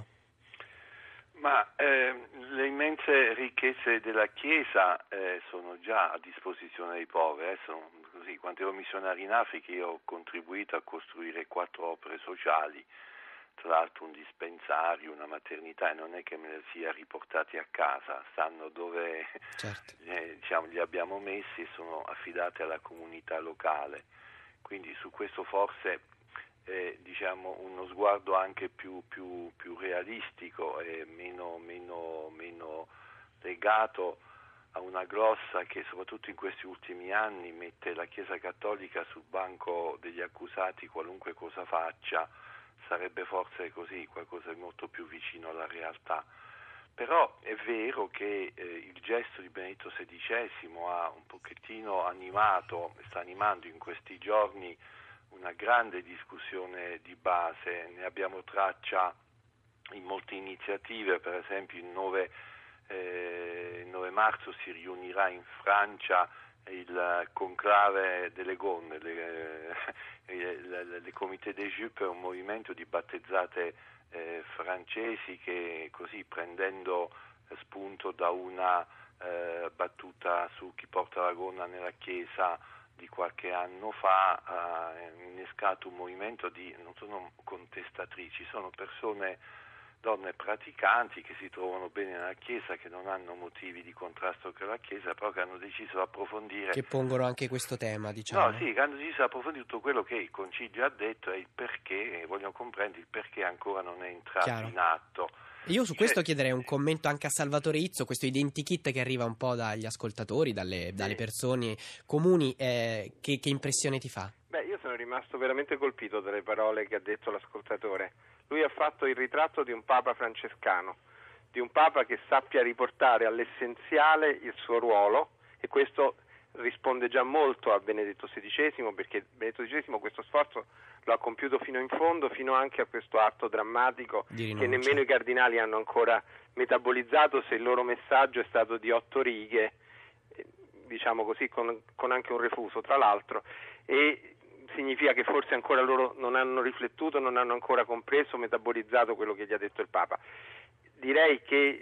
Ma eh, le immense ricchezze della Chiesa eh, sono già a disposizione dei poveri. Eh, sono, così, quando ero missionario in Africa io ho contribuito a costruire quattro opere sociali, tra l'altro un dispensario, una maternità, e non è che me le sia riportati a casa, stanno dove certo. eh, diciamo, li abbiamo messi e sono affidati alla comunità locale. Quindi su questo forse eh, diciamo uno sguardo anche più, più, più realistico e meno, meno, meno legato a una glossa che soprattutto in questi ultimi anni mette la Chiesa Cattolica sul banco degli accusati qualunque cosa faccia. Sarebbe forse così, qualcosa di molto più vicino alla realtà. Però è vero che eh, il gesto di Benedetto sedicesimo ha un pochettino animato, sta animando in questi giorni una grande discussione di base. Ne abbiamo traccia in molte iniziative, per esempio il nove, eh, il nove marzo si riunirà in Francia il conclave delle gonne, le, le, le, le Comité des Jupes è un movimento di battezzate eh, francesi che così, prendendo spunto da una eh, battuta su chi porta la gonna nella chiesa di qualche anno fa, ha innescato un movimento di, non sono contestatrici, sono persone, donne praticanti che si trovano bene nella Chiesa, che non hanno motivi di contrasto con la Chiesa, però che hanno deciso di approfondire. Che pongono anche questo tema, diciamo. No, sì, che hanno deciso di approfondire tutto quello che il Concilio ha detto e il perché, e vogliono comprendere il perché ancora non è entrato Chiaro. in atto. Io su questo chiederei un commento anche a Salvatore Izzo, questo identikit che arriva un po' dagli ascoltatori, dalle, dalle persone comuni, eh, che, che impressione ti fa? Beh, io sono rimasto veramente colpito dalle parole che ha detto l'ascoltatore. Lui ha fatto il ritratto di un Papa francescano, di un Papa che sappia riportare all'essenziale il suo ruolo, e questo risponde già molto a Benedetto sedicesimo, perché Benedetto sedicesimo questo sforzo lo ha compiuto fino in fondo, fino anche a questo atto drammatico che nemmeno i cardinali hanno ancora metabolizzato, se il loro messaggio è stato di otto righe, diciamo così, con, con anche un refuso tra l'altro, e significa che forse ancora loro non hanno riflettuto, non hanno ancora compreso, metabolizzato quello che gli ha detto il Papa. Direi che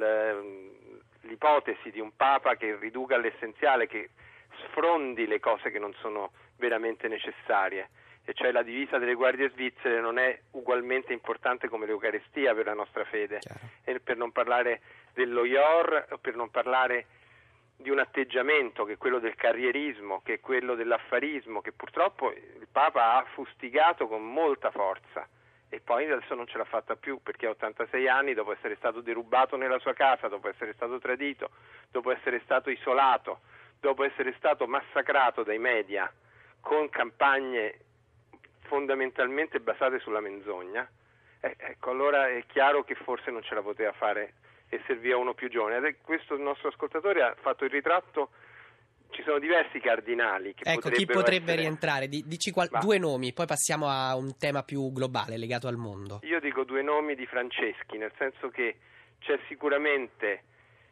il, l'ipotesi di un Papa che riduca all'essenziale, che sfrondi le cose che non sono veramente necessarie, e cioè la divisa delle guardie svizzere non è ugualmente importante come l'Eucaristia per la nostra fede, Chiaro. E per non parlare dello I O R, per non parlare di un atteggiamento che è quello del carrierismo, che è quello dell'affarismo, che purtroppo il Papa ha fustigato con molta forza, e poi adesso non ce l'ha fatta più, perché a ottantasei anni, dopo essere stato derubato nella sua casa, dopo essere stato tradito, dopo essere stato isolato, dopo essere stato massacrato dai media con campagne fondamentalmente basate sulla menzogna, eh, ecco, allora è chiaro che forse non ce la poteva fare e serviva uno più giovane. Ed è questo il nostro ascoltatore ha fatto il ritratto. Ci sono diversi cardinali che ecco chi potrebbe essere... rientrare, dici qual... due nomi, poi passiamo a un tema più globale legato al mondo. Io dico due nomi di Franceschi, nel senso che c'è sicuramente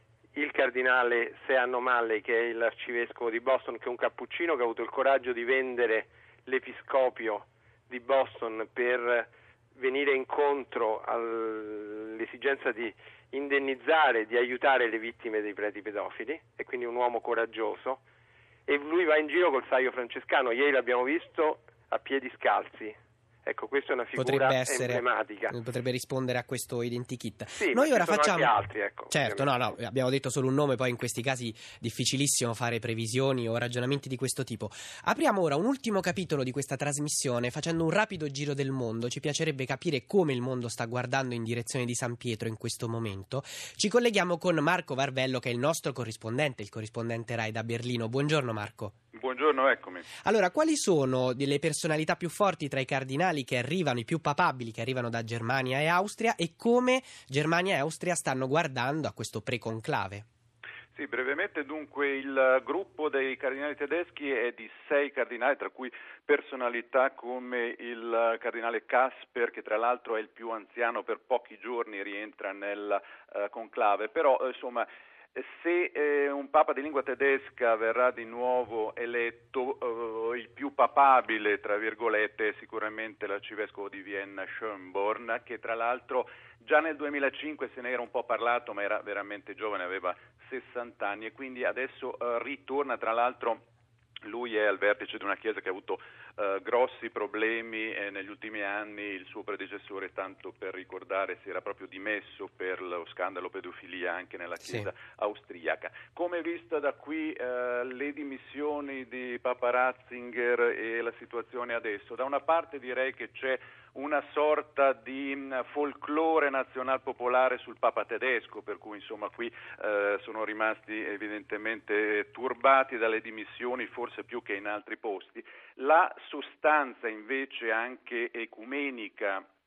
il cardinale Sean O'Malley, che è l'arcivescovo di Boston, che è un cappuccino che ha avuto il coraggio di vendere l'episcopio di Boston per venire incontro all'esigenza di indennizzare, di aiutare le vittime dei preti pedofili, e quindi un uomo coraggioso, e lui va in giro col saio francescano. Ieri l'abbiamo visto a piedi scalzi. Ecco, questa è una figura potrebbe essere, emblematica. Potrebbe rispondere a questo identikit. Sì, noi ora sono facciamo anche altri, ecco. Certo, no, no, abbiamo detto solo un nome, poi in questi casi difficilissimo fare previsioni o ragionamenti di questo tipo. Apriamo ora un ultimo capitolo di questa trasmissione facendo un rapido giro del mondo. Ci piacerebbe capire come il mondo sta guardando in direzione di San Pietro in questo momento. Ci colleghiamo con Marco Varvello, che è il nostro corrispondente, il corrispondente Rai da Berlino. Buongiorno Marco. Buongiorno, eccomi. Allora, quali sono delle personalità più forti tra i cardinali che arrivano, i più papabili che arrivano da Germania e Austria, e come Germania e Austria stanno guardando a questo preconclave? Sì, brevemente dunque il gruppo dei cardinali tedeschi è di sei cardinali, tra cui personalità come il cardinale Kasper, che tra l'altro è il più anziano, per pochi giorni rientra nel uh, conclave, però uh, insomma... Se eh, un papa di lingua tedesca verrà di nuovo eletto, eh, il più papabile, tra virgolette, è sicuramente l'arcivescovo di Vienna Schönborn, che tra l'altro già nel duemilacinque se ne era un po' parlato, ma era veramente giovane, aveva sessanta anni, e quindi adesso eh, ritorna. Tra l'altro lui è al vertice di una chiesa che ha avuto uh, grossi problemi eh, negli ultimi anni. Il suo predecessore, tanto per ricordare, si era proprio dimesso per lo scandalo pedofilia anche nella chiesa sì. austriaca. Come vista da qui uh, le dimissioni di Papa Ratzinger e la situazione adesso? Da una parte direi che c'è una sorta di mh, folklore nazionalpopolare sul Papa tedesco, per cui insomma qui eh, sono rimasti evidentemente turbati dalle dimissioni, forse più che in altri posti. La sostanza invece anche ecumenica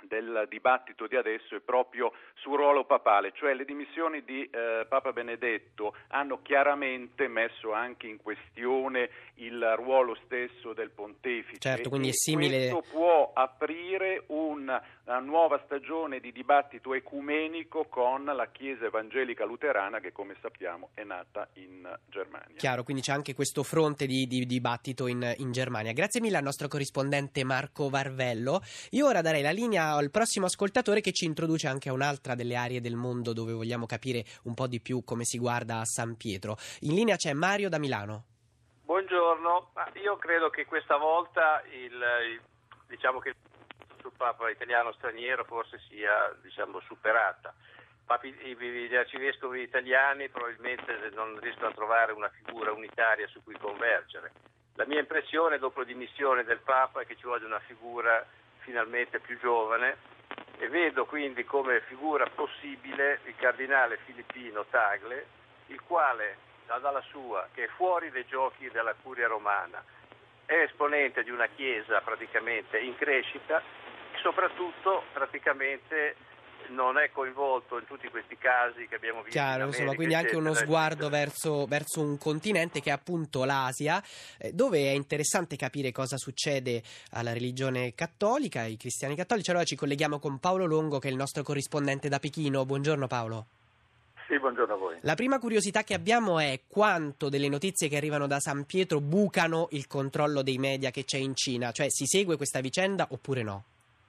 del dibattito di adesso è proprio sul ruolo papale, cioè le dimissioni di eh, Papa Benedetto hanno chiaramente messo anche in questione il ruolo stesso del pontefice. Certo, quindi e è simile. Questo può aprire una, una nuova stagione di dibattito ecumenico con la Chiesa Evangelica Luterana che, come sappiamo, è nata in Germania. Chiaro, quindi c'è anche questo fronte di, di dibattito in, in Germania. Grazie mille al nostro corrispondente Marco Varvello. Io ora darei la linea al prossimo ascoltatore che ci introduce anche a un'altra delle aree del mondo dove vogliamo capire un po' di più come si guarda a San Pietro. In linea c'è Mario da Milano. Buongiorno, io credo che questa volta il, il diciamo che sul Papa italiano straniero forse sia diciamo superata. Papi, gli arcivescovi italiani probabilmente non riescono a trovare una figura unitaria su cui convergere. La mia impressione dopo la dimissione del Papa è che ci voglia una figura finalmente più giovane e vedo quindi come figura possibile il cardinale filippino Tagle, il quale dalla sua, che è fuori dai giochi della curia romana, è esponente di una chiesa praticamente in crescita e soprattutto praticamente non è coinvolto in tutti questi casi che abbiamo visto. Chiaro, in insomma, America, quindi anche eccetera, uno sguardo eccetera. verso, verso un continente che è appunto l'Asia, eh, dove è interessante capire cosa succede alla religione cattolica, ai cristiani cattolici. Allora ci colleghiamo con Paolo Longo, che è il nostro corrispondente da Pechino. Buongiorno Paolo. Sì, buongiorno a voi. La prima curiosità che abbiamo è quanto delle notizie che arrivano da San Pietro bucano il controllo dei media che c'è in Cina, cioè si segue questa vicenda oppure no?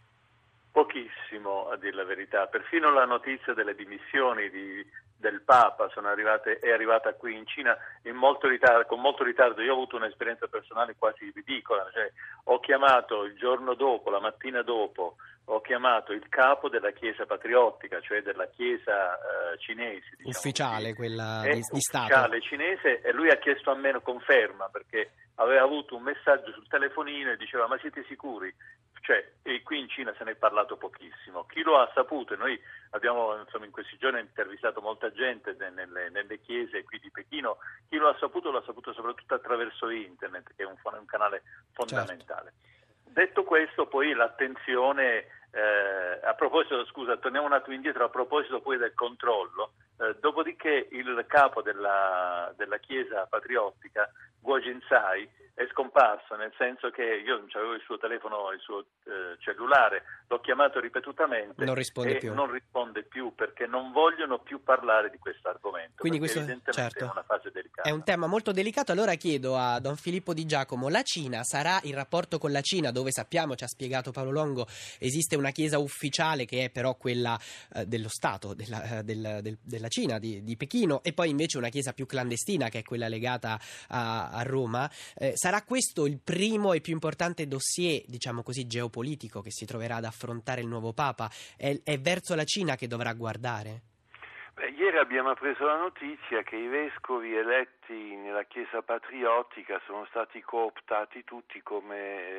Pochissimo, a dir la verità. Perfino la notizia delle dimissioni di, del Papa sono arrivate, è arrivata qui in Cina in molto ritardo, con molto ritardo. Io ho avuto un'esperienza personale quasi ridicola, cioè, ho chiamato il giorno dopo, la mattina dopo, ho chiamato il capo della Chiesa patriottica, cioè della Chiesa eh, cinese, diciamo ufficiale, così, quella eh, di, di Stato. Ufficiale cinese, e lui ha chiesto a me conferma perché aveva avuto un messaggio sul telefonino e diceva: ma siete sicuri? Cioè, e qui in Cina se ne è parlato pochissimo. Chi lo ha saputo, e noi abbiamo insomma in questi giorni intervistato molta gente nelle, nelle chiese qui di Pechino, chi lo ha saputo lo ha saputo soprattutto attraverso internet, che è un, un canale fondamentale. Certo. Detto questo, poi l'attenzione, eh, a proposito, scusa, torniamo un attimo indietro, a proposito poi del controllo, eh, dopodiché il capo della, della Chiesa patriottica, Guo Jinsai, è scomparso, nel senso che io non avevo il suo telefono, il suo eh, cellulare, l'ho chiamato ripetutamente non risponde e più. non risponde più perché non vogliono più parlare di questo argomento. Quindi questo, evidentemente certo, è una fase delicata. È un tema molto delicato. Allora chiedo a Don Filippo Di Giacomo, la Cina sarà il rapporto con la Cina, dove sappiamo, ci ha spiegato Paolo Longo, esiste una chiesa ufficiale che è però quella eh, dello Stato, della, eh, del, del, della Cina, di, di Pechino, e poi invece una chiesa più clandestina che è quella legata a, a Roma. Eh, sarà questo il primo e più importante dossier, diciamo così, geopolitico che si troverà ad affrontare il nuovo Papa? È, è verso la Cina che dovrà guardare? Beh, ieri abbiamo appreso la notizia che i vescovi eletti nella Chiesa patriottica sono stati cooptati tutti come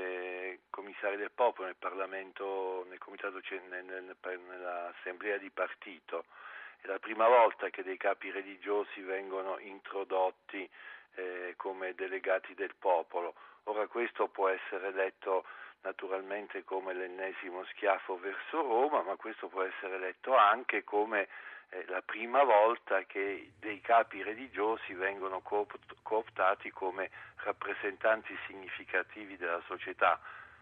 eh, commissari del popolo nel Parlamento, nel comitato, nel, nel, nell'assemblea di partito. È la prima volta che dei capi religiosi vengono introdotti eh, come delegati del popolo. Ora questo può essere letto naturalmente come l'ennesimo schiaffo verso Roma, ma questo può essere letto anche come eh, la prima volta che dei capi religiosi vengono cooptati come rappresentanti significativi della società.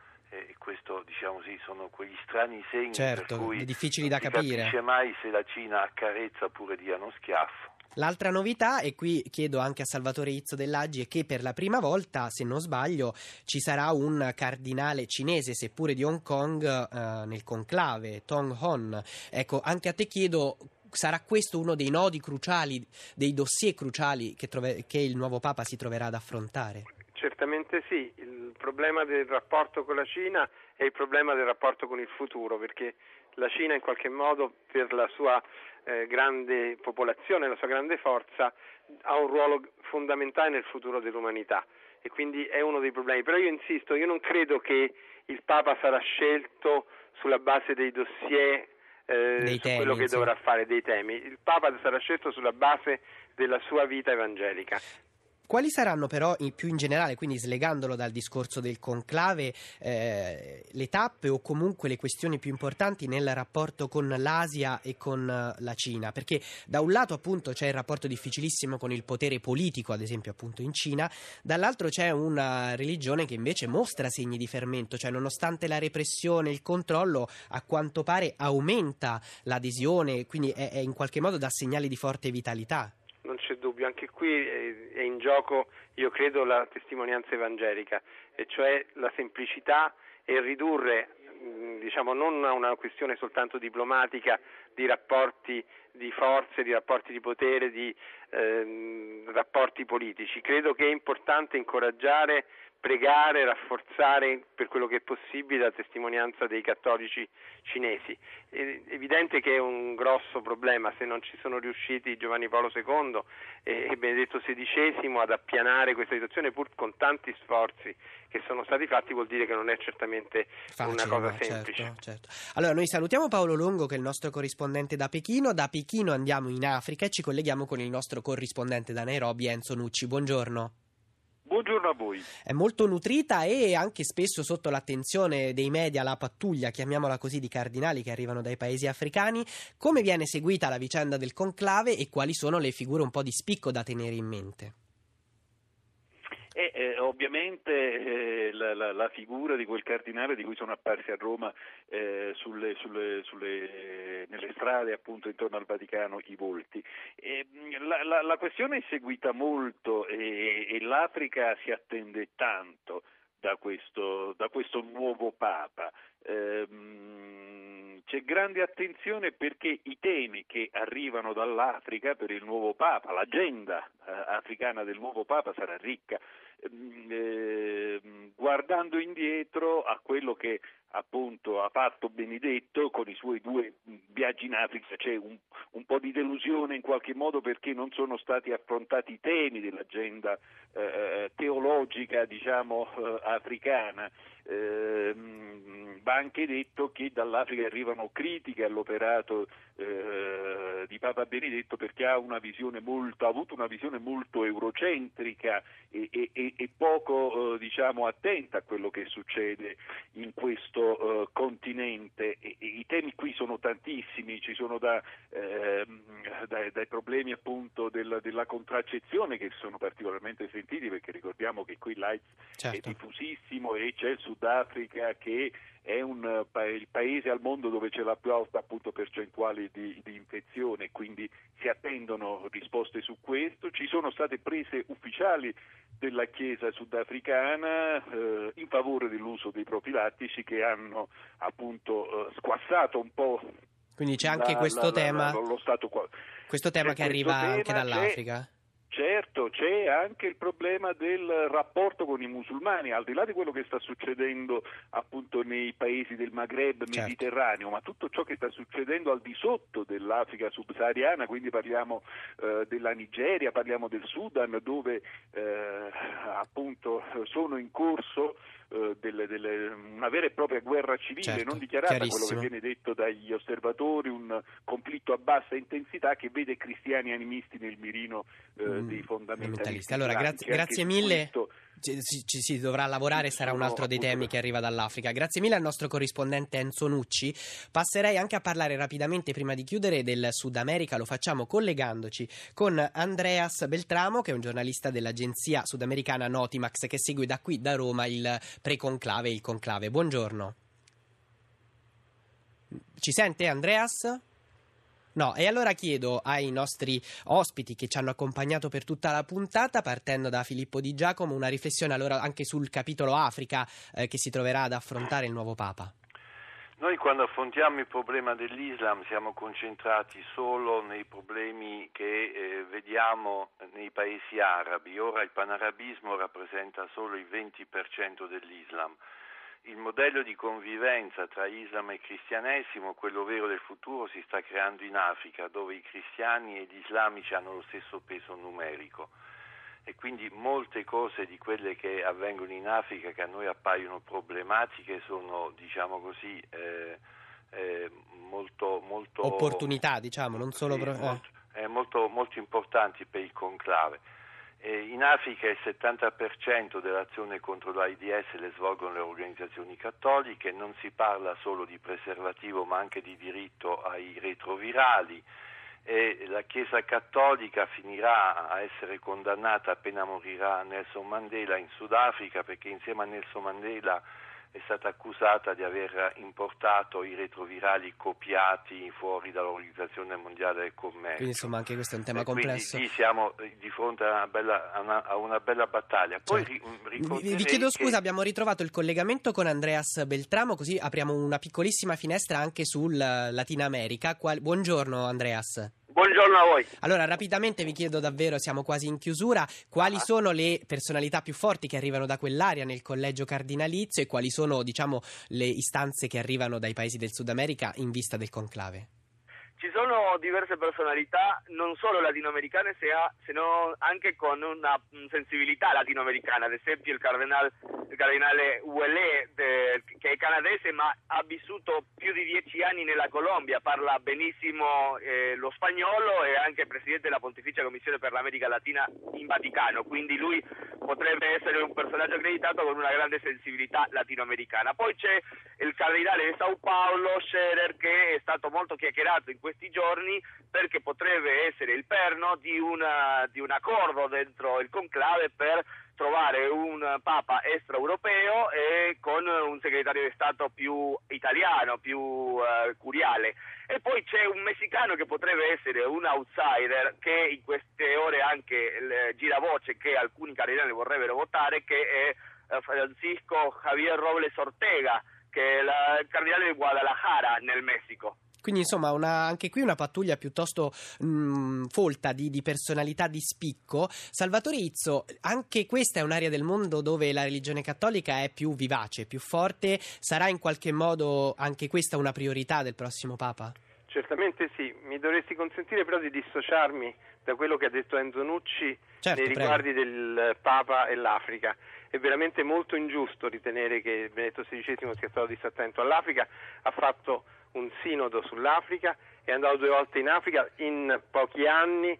E questo, diciamo sì, sono quegli strani segni, certo, per cui difficili non da si capire. capisce mai se la Cina accarezza oppure dia uno schiaffo. L'altra novità, e qui chiedo anche a Salvatore Izzo dell'Aggi, è che per la prima volta, se non sbaglio, ci sarà un cardinale cinese, seppure di Hong Kong, eh, nel conclave, Tong Hon. Ecco, anche a te chiedo, sarà questo uno dei nodi cruciali, dei dossier cruciali che, trove- che il nuovo Papa si troverà ad affrontare? Certamente sì, il problema del rapporto con la Cina è il problema del rapporto con il futuro, perché la Cina in qualche modo, per la sua eh, grande popolazione, la sua grande forza, ha un ruolo fondamentale nel futuro dell'umanità e quindi è uno dei problemi. Però io insisto, io non credo che il Papa sarà scelto sulla base dei dossier, eh, dei su temi, quello che sì. dovrà fare, dei temi. Il Papa sarà scelto sulla base della sua vita evangelica. Quali saranno però più in generale, quindi slegandolo dal discorso del conclave, eh, le tappe o comunque le questioni più importanti nel rapporto con l'Asia e con la Cina? Perché da un lato appunto c'è il rapporto difficilissimo con il potere politico, ad esempio appunto in Cina, dall'altro c'è una religione che invece mostra segni di fermento, cioè nonostante la repressione, il controllo, a quanto pare aumenta l'adesione, quindi è, è in qualche modo dà segnali di forte vitalità. Non c'è dubbio, anche qui è in gioco, io credo, la testimonianza evangelica, e cioè la semplicità e ridurre, diciamo, non a una questione soltanto diplomatica di rapporti di forze, di rapporti di potere, di eh, rapporti politici. Credo che è importante incoraggiare, pregare, rafforzare per quello che è possibile la testimonianza dei cattolici cinesi. È evidente che è un grosso problema se non ci sono riusciti Giovanni Paolo secondo e Benedetto sedicesimo ad appianare questa situazione, pur con tanti sforzi che sono stati fatti, vuol dire che non è certamente facile, una cosa no, semplice. Certo, certo. Allora noi salutiamo Paolo Longo, che è il nostro corrispondente da Pechino. Da Pechino andiamo in Africa e ci colleghiamo con il nostro corrispondente da Nairobi, Enzo Nucci. Buongiorno. Buongiorno a voi. È molto nutrita e anche spesso sotto l'attenzione dei media la pattuglia, chiamiamola così, di cardinali che arrivano dai paesi africani. Come viene seguita la vicenda del conclave e quali sono le figure un po' di spicco da tenere in mente? E eh, ovviamente eh, la, la, la figura di quel cardinale di cui sono apparsi a Roma eh, sulle, sulle, sulle, nelle strade appunto intorno al Vaticano i volti. E, la, la, la questione è seguita molto e, e l'Africa si attende tanto da questo, da questo nuovo Papa. Ehm, c'è grande attenzione perché i temi che arrivano dall'Africa per il nuovo Papa, l'agenda eh, africana del nuovo Papa sarà ricca. Eh, guardando indietro a quello che appunto ha fatto Benedetto con i suoi due viaggi in Africa, c'è un, un po' di delusione in qualche modo perché non sono stati affrontati i temi dell'agenda eh, teologica, diciamo, eh, africana. Eh, va anche detto che dall'Africa arrivano critiche all'operato eh, di Papa Benedetto perché ha una visione molto, ha avuto una visione molto eurocentrica e, e, e poco eh, diciamo attenta a quello che succede in questo eh, continente. E, e i temi qui sono tantissimi, ci sono da, eh, dai, dai problemi appunto del, della contraccezione che sono particolarmente sentiti, perché ricordiamo che qui l'AIDS certo. è diffusissimo e c'è il Sudafrica che è un, il paese al mondo dove c'è la più alta appunto percentuale di, di infezione, quindi si attendono risposte su questo. Ci sono state prese ufficiali della Chiesa sudafricana eh, in favore dell'uso dei profilattici che hanno appunto eh, squassato un po'. Quindi c'è anche la, questo la, tema, la, lo stato qua. questo tema c'è che arriva tema, anche dall'Africa. Certo, c'è anche il problema del rapporto con i musulmani, al di là di quello che sta succedendo appunto nei paesi del Maghreb mediterraneo, certo. ma tutto ciò che sta succedendo al di sotto dell'Africa subsahariana, quindi parliamo eh, della Nigeria, parliamo del Sudan, dove eh, appunto sono in corso eh, delle, delle, una vera e propria guerra civile, certo, non dichiarata, quello che viene detto dagli osservatori, un conflitto a bassa intensità che vede cristiani animisti nel mirino eh, dei fondamentalisti. Allora, grazie, grazie mille. Ci, ci si dovrà lavorare, sarà un altro dei temi che arriva dall'Africa. Grazie mille al nostro corrispondente Enzo Nucci. Passerei anche a parlare rapidamente, prima di chiudere, del Sud America. Lo facciamo collegandoci con Andreas Beltramo, che è un giornalista dell'agenzia sudamericana Notimax, che segue da qui, da Roma, il preconclave e il conclave. Buongiorno. Ci sente, Andreas? No, e allora chiedo ai nostri ospiti che ci hanno accompagnato per tutta la puntata, partendo da Filippo Di Giacomo, una riflessione allora anche sul capitolo Africa eh, che si troverà ad affrontare il nuovo Papa. Noi quando affrontiamo il problema dell'Islam siamo concentrati solo nei problemi che eh, vediamo nei paesi arabi. Ora il panarabismo rappresenta solo il venti per cento dell'Islam. Il modello di convivenza tra Islam e cristianesimo, quello vero del futuro, si sta creando in Africa, dove i cristiani e gli islamici hanno lo stesso peso numerico. E quindi molte cose di quelle che avvengono in Africa che a noi appaiono problematiche sono, diciamo così, eh, eh, molto, molto opportunità, diciamo, non solo sì, pro- molto, eh, molto, molto importanti per il conclave. Eh, in Africa il settanta per cento dell'azione contro l'AIDS le svolgono le organizzazioni cattoliche, non si parla solo di preservativo ma anche di diritto ai retrovirali. E la Chiesa cattolica finirà a essere condannata appena morirà Nelson Mandela in Sudafrica, perché insieme a Nelson Mandela è stata accusata di aver importato i retrovirali copiati fuori dall'Organizzazione Mondiale del Commercio. Quindi insomma anche questo è un tema e complesso. Quindi sì, siamo di fronte a una bella, a una, a una bella battaglia. Poi certo. vi, vi chiedo scusa, che... abbiamo ritrovato il collegamento con Andreas Beltramo, così apriamo una piccolissima finestra anche sul Latina America. Qual... Buongiorno Andreas. Buongiorno a voi. Allora, rapidamente vi chiedo davvero, siamo quasi in chiusura, quali sono le personalità più forti che arrivano da quell'area nel collegio cardinalizio e quali sono, diciamo, le istanze che arrivano dai paesi del Sud America in vista del conclave? Ci sono diverse personalità, non solo latinoamericane, se no anche con una sensibilità latinoamericana. Ad esempio il cardinale, il cardinale Ouellet, de, che è canadese ma ha vissuto più di dieci anni nella Colombia, parla benissimo eh, lo spagnolo, e anche presidente della Pontificia Commissione per l'America Latina in Vaticano, quindi lui potrebbe essere un personaggio accreditato con una grande sensibilità latinoamericana. Poi c'è il cardinale di Sao Paulo, Scherer, che è stato molto chiacchierato in questi giorni perché potrebbe essere il perno di, una, di un accordo dentro il conclave per trovare un papa extraeuropeo e con un segretario di Stato più italiano, più uh, curiale. E poi c'è un messicano che potrebbe essere un outsider, che in queste ore anche il, gira voce che alcuni cardinali vorrebbero votare, che è uh, Francisco Javier Robles Ortega, che è la, il cardinale di Guadalajara nel Messico. Quindi insomma una, anche qui una pattuglia piuttosto mh, folta di, di personalità di spicco. Salvatore Izzo, anche questa è un'area del mondo dove la religione cattolica è più vivace, più forte. Sarà in qualche modo anche questa una priorità del prossimo Papa? Certamente sì. Mi dovresti consentire però di dissociarmi da quello che ha detto Enzo Nucci certo, nei riguardi prego. del Papa e l'Africa. È veramente molto ingiusto ritenere che Benedetto sedicesimo sia stato disattento all'Africa. Ha fatto un sinodo sull'Africa, è andato due volte in Africa in pochi anni,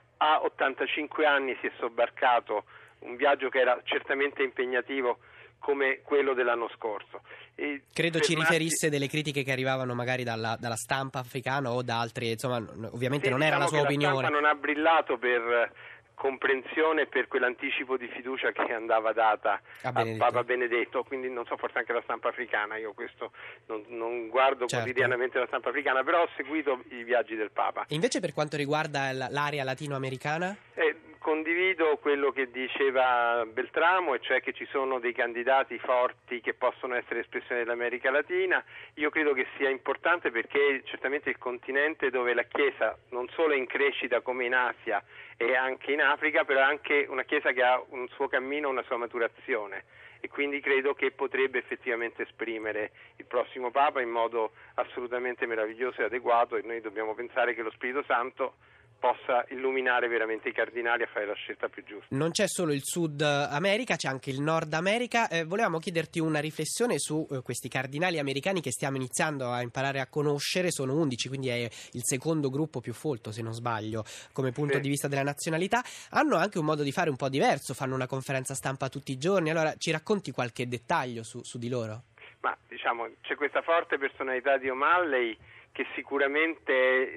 a ottantacinque anni si è sobbarcato un viaggio che era certamente impegnativo come quello dell'anno scorso. E Credo ci riferisse delle critiche che arrivavano magari dalla, dalla stampa africana o da altre, insomma, ovviamente sì, non era diciamo la sua che opinione. La stampa non ha brillato per comprensione per quell'anticipo di fiducia che andava data a, a Papa Benedetto, quindi non so, forse anche la stampa africana, io questo non, non guardo certo. quotidianamente la stampa africana, però ho seguito i viaggi del Papa. E invece per quanto riguarda l'area latinoamericana? Eh, condivido quello che diceva Beltramo, e cioè che ci sono dei candidati forti che possono essere espressione dell'America Latina. Io credo che sia importante perché è certamente il continente dove la Chiesa non solo è in crescita come in Asia e anche in Africa, però è anche una Chiesa che ha un suo cammino, una sua maturazione, e quindi credo che potrebbe effettivamente esprimere il prossimo Papa in modo assolutamente meraviglioso e adeguato, e noi dobbiamo pensare che lo Spirito Santo possa illuminare veramente i cardinali a fare la scelta più giusta. Non c'è solo il Sud America, c'è anche il Nord America. Eh, volevamo chiederti una riflessione su eh, questi cardinali americani che stiamo iniziando a imparare a conoscere. Sono undici, quindi è il secondo gruppo più folto, se non sbaglio, come punto sì. di vista della nazionalità. Hanno anche un modo di fare un po' diverso, fanno una conferenza stampa tutti i giorni. Allora ci racconti qualche dettaglio su, su di loro? Ma diciamo, c'è questa forte personalità di O'Malley che sicuramente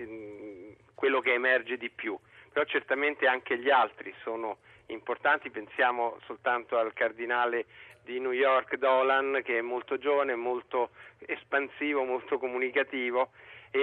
mh, quello che emerge di più, però certamente anche gli altri sono importanti. Pensiamo soltanto al cardinale di New York Dolan, che è molto giovane, molto espansivo, molto comunicativo, e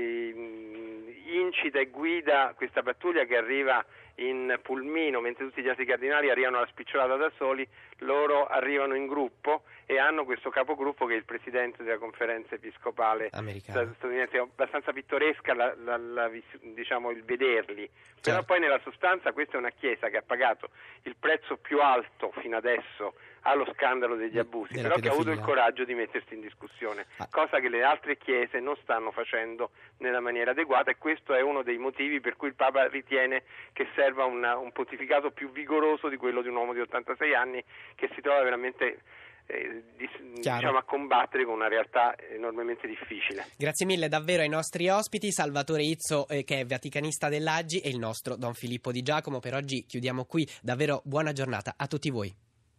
eh, incita e guida questa pattuglia che arriva in pulmino, mentre tutti gli altri cardinali arrivano alla spicciolata da soli. Loro arrivano in gruppo e hanno questo capogruppo che è il presidente della conferenza episcopale statunitense. È abbastanza pittoresca la, la, la, diciamo, il vederli, certo. Però poi nella sostanza questa è una chiesa che ha pagato il prezzo più alto fino adesso allo scandalo degli abusi, Della però pedofilia. Che ha avuto il coraggio di mettersi in discussione, ah. cosa che le altre chiese non stanno facendo nella maniera adeguata, e questo è uno dei motivi per cui il Papa ritiene che serva una, un pontificato più vigoroso di quello di un uomo di ottantasei anni che si trova veramente eh, di, diciamo, a combattere con una realtà enormemente difficile. Grazie mille davvero ai nostri ospiti, Salvatore Izzo eh, che è vaticanista dell'A G I e il nostro Don Filippo Di Giacomo. Per oggi chiudiamo qui, davvero buona giornata a tutti voi.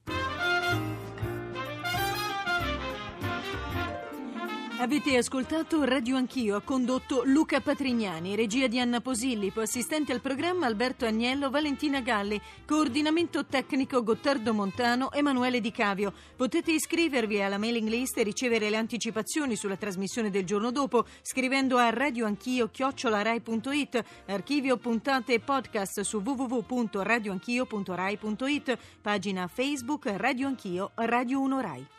Avete ascoltato Radio Anch'io, ha condotto Luca Patrignani, regia di Anna Posillipo, assistente al programma Alberto Agnello, Valentina Galli, coordinamento tecnico Gottardo Montano, Emanuele Di Cavio. Potete iscrivervi alla mailing list e ricevere le anticipazioni sulla trasmissione del giorno dopo scrivendo a radioanchio chiocciola rai punto it, archivio puntate e podcast su w w w punto radioanchio punto rai punto it, pagina Facebook Radio Anch'io, Radio uno Rai.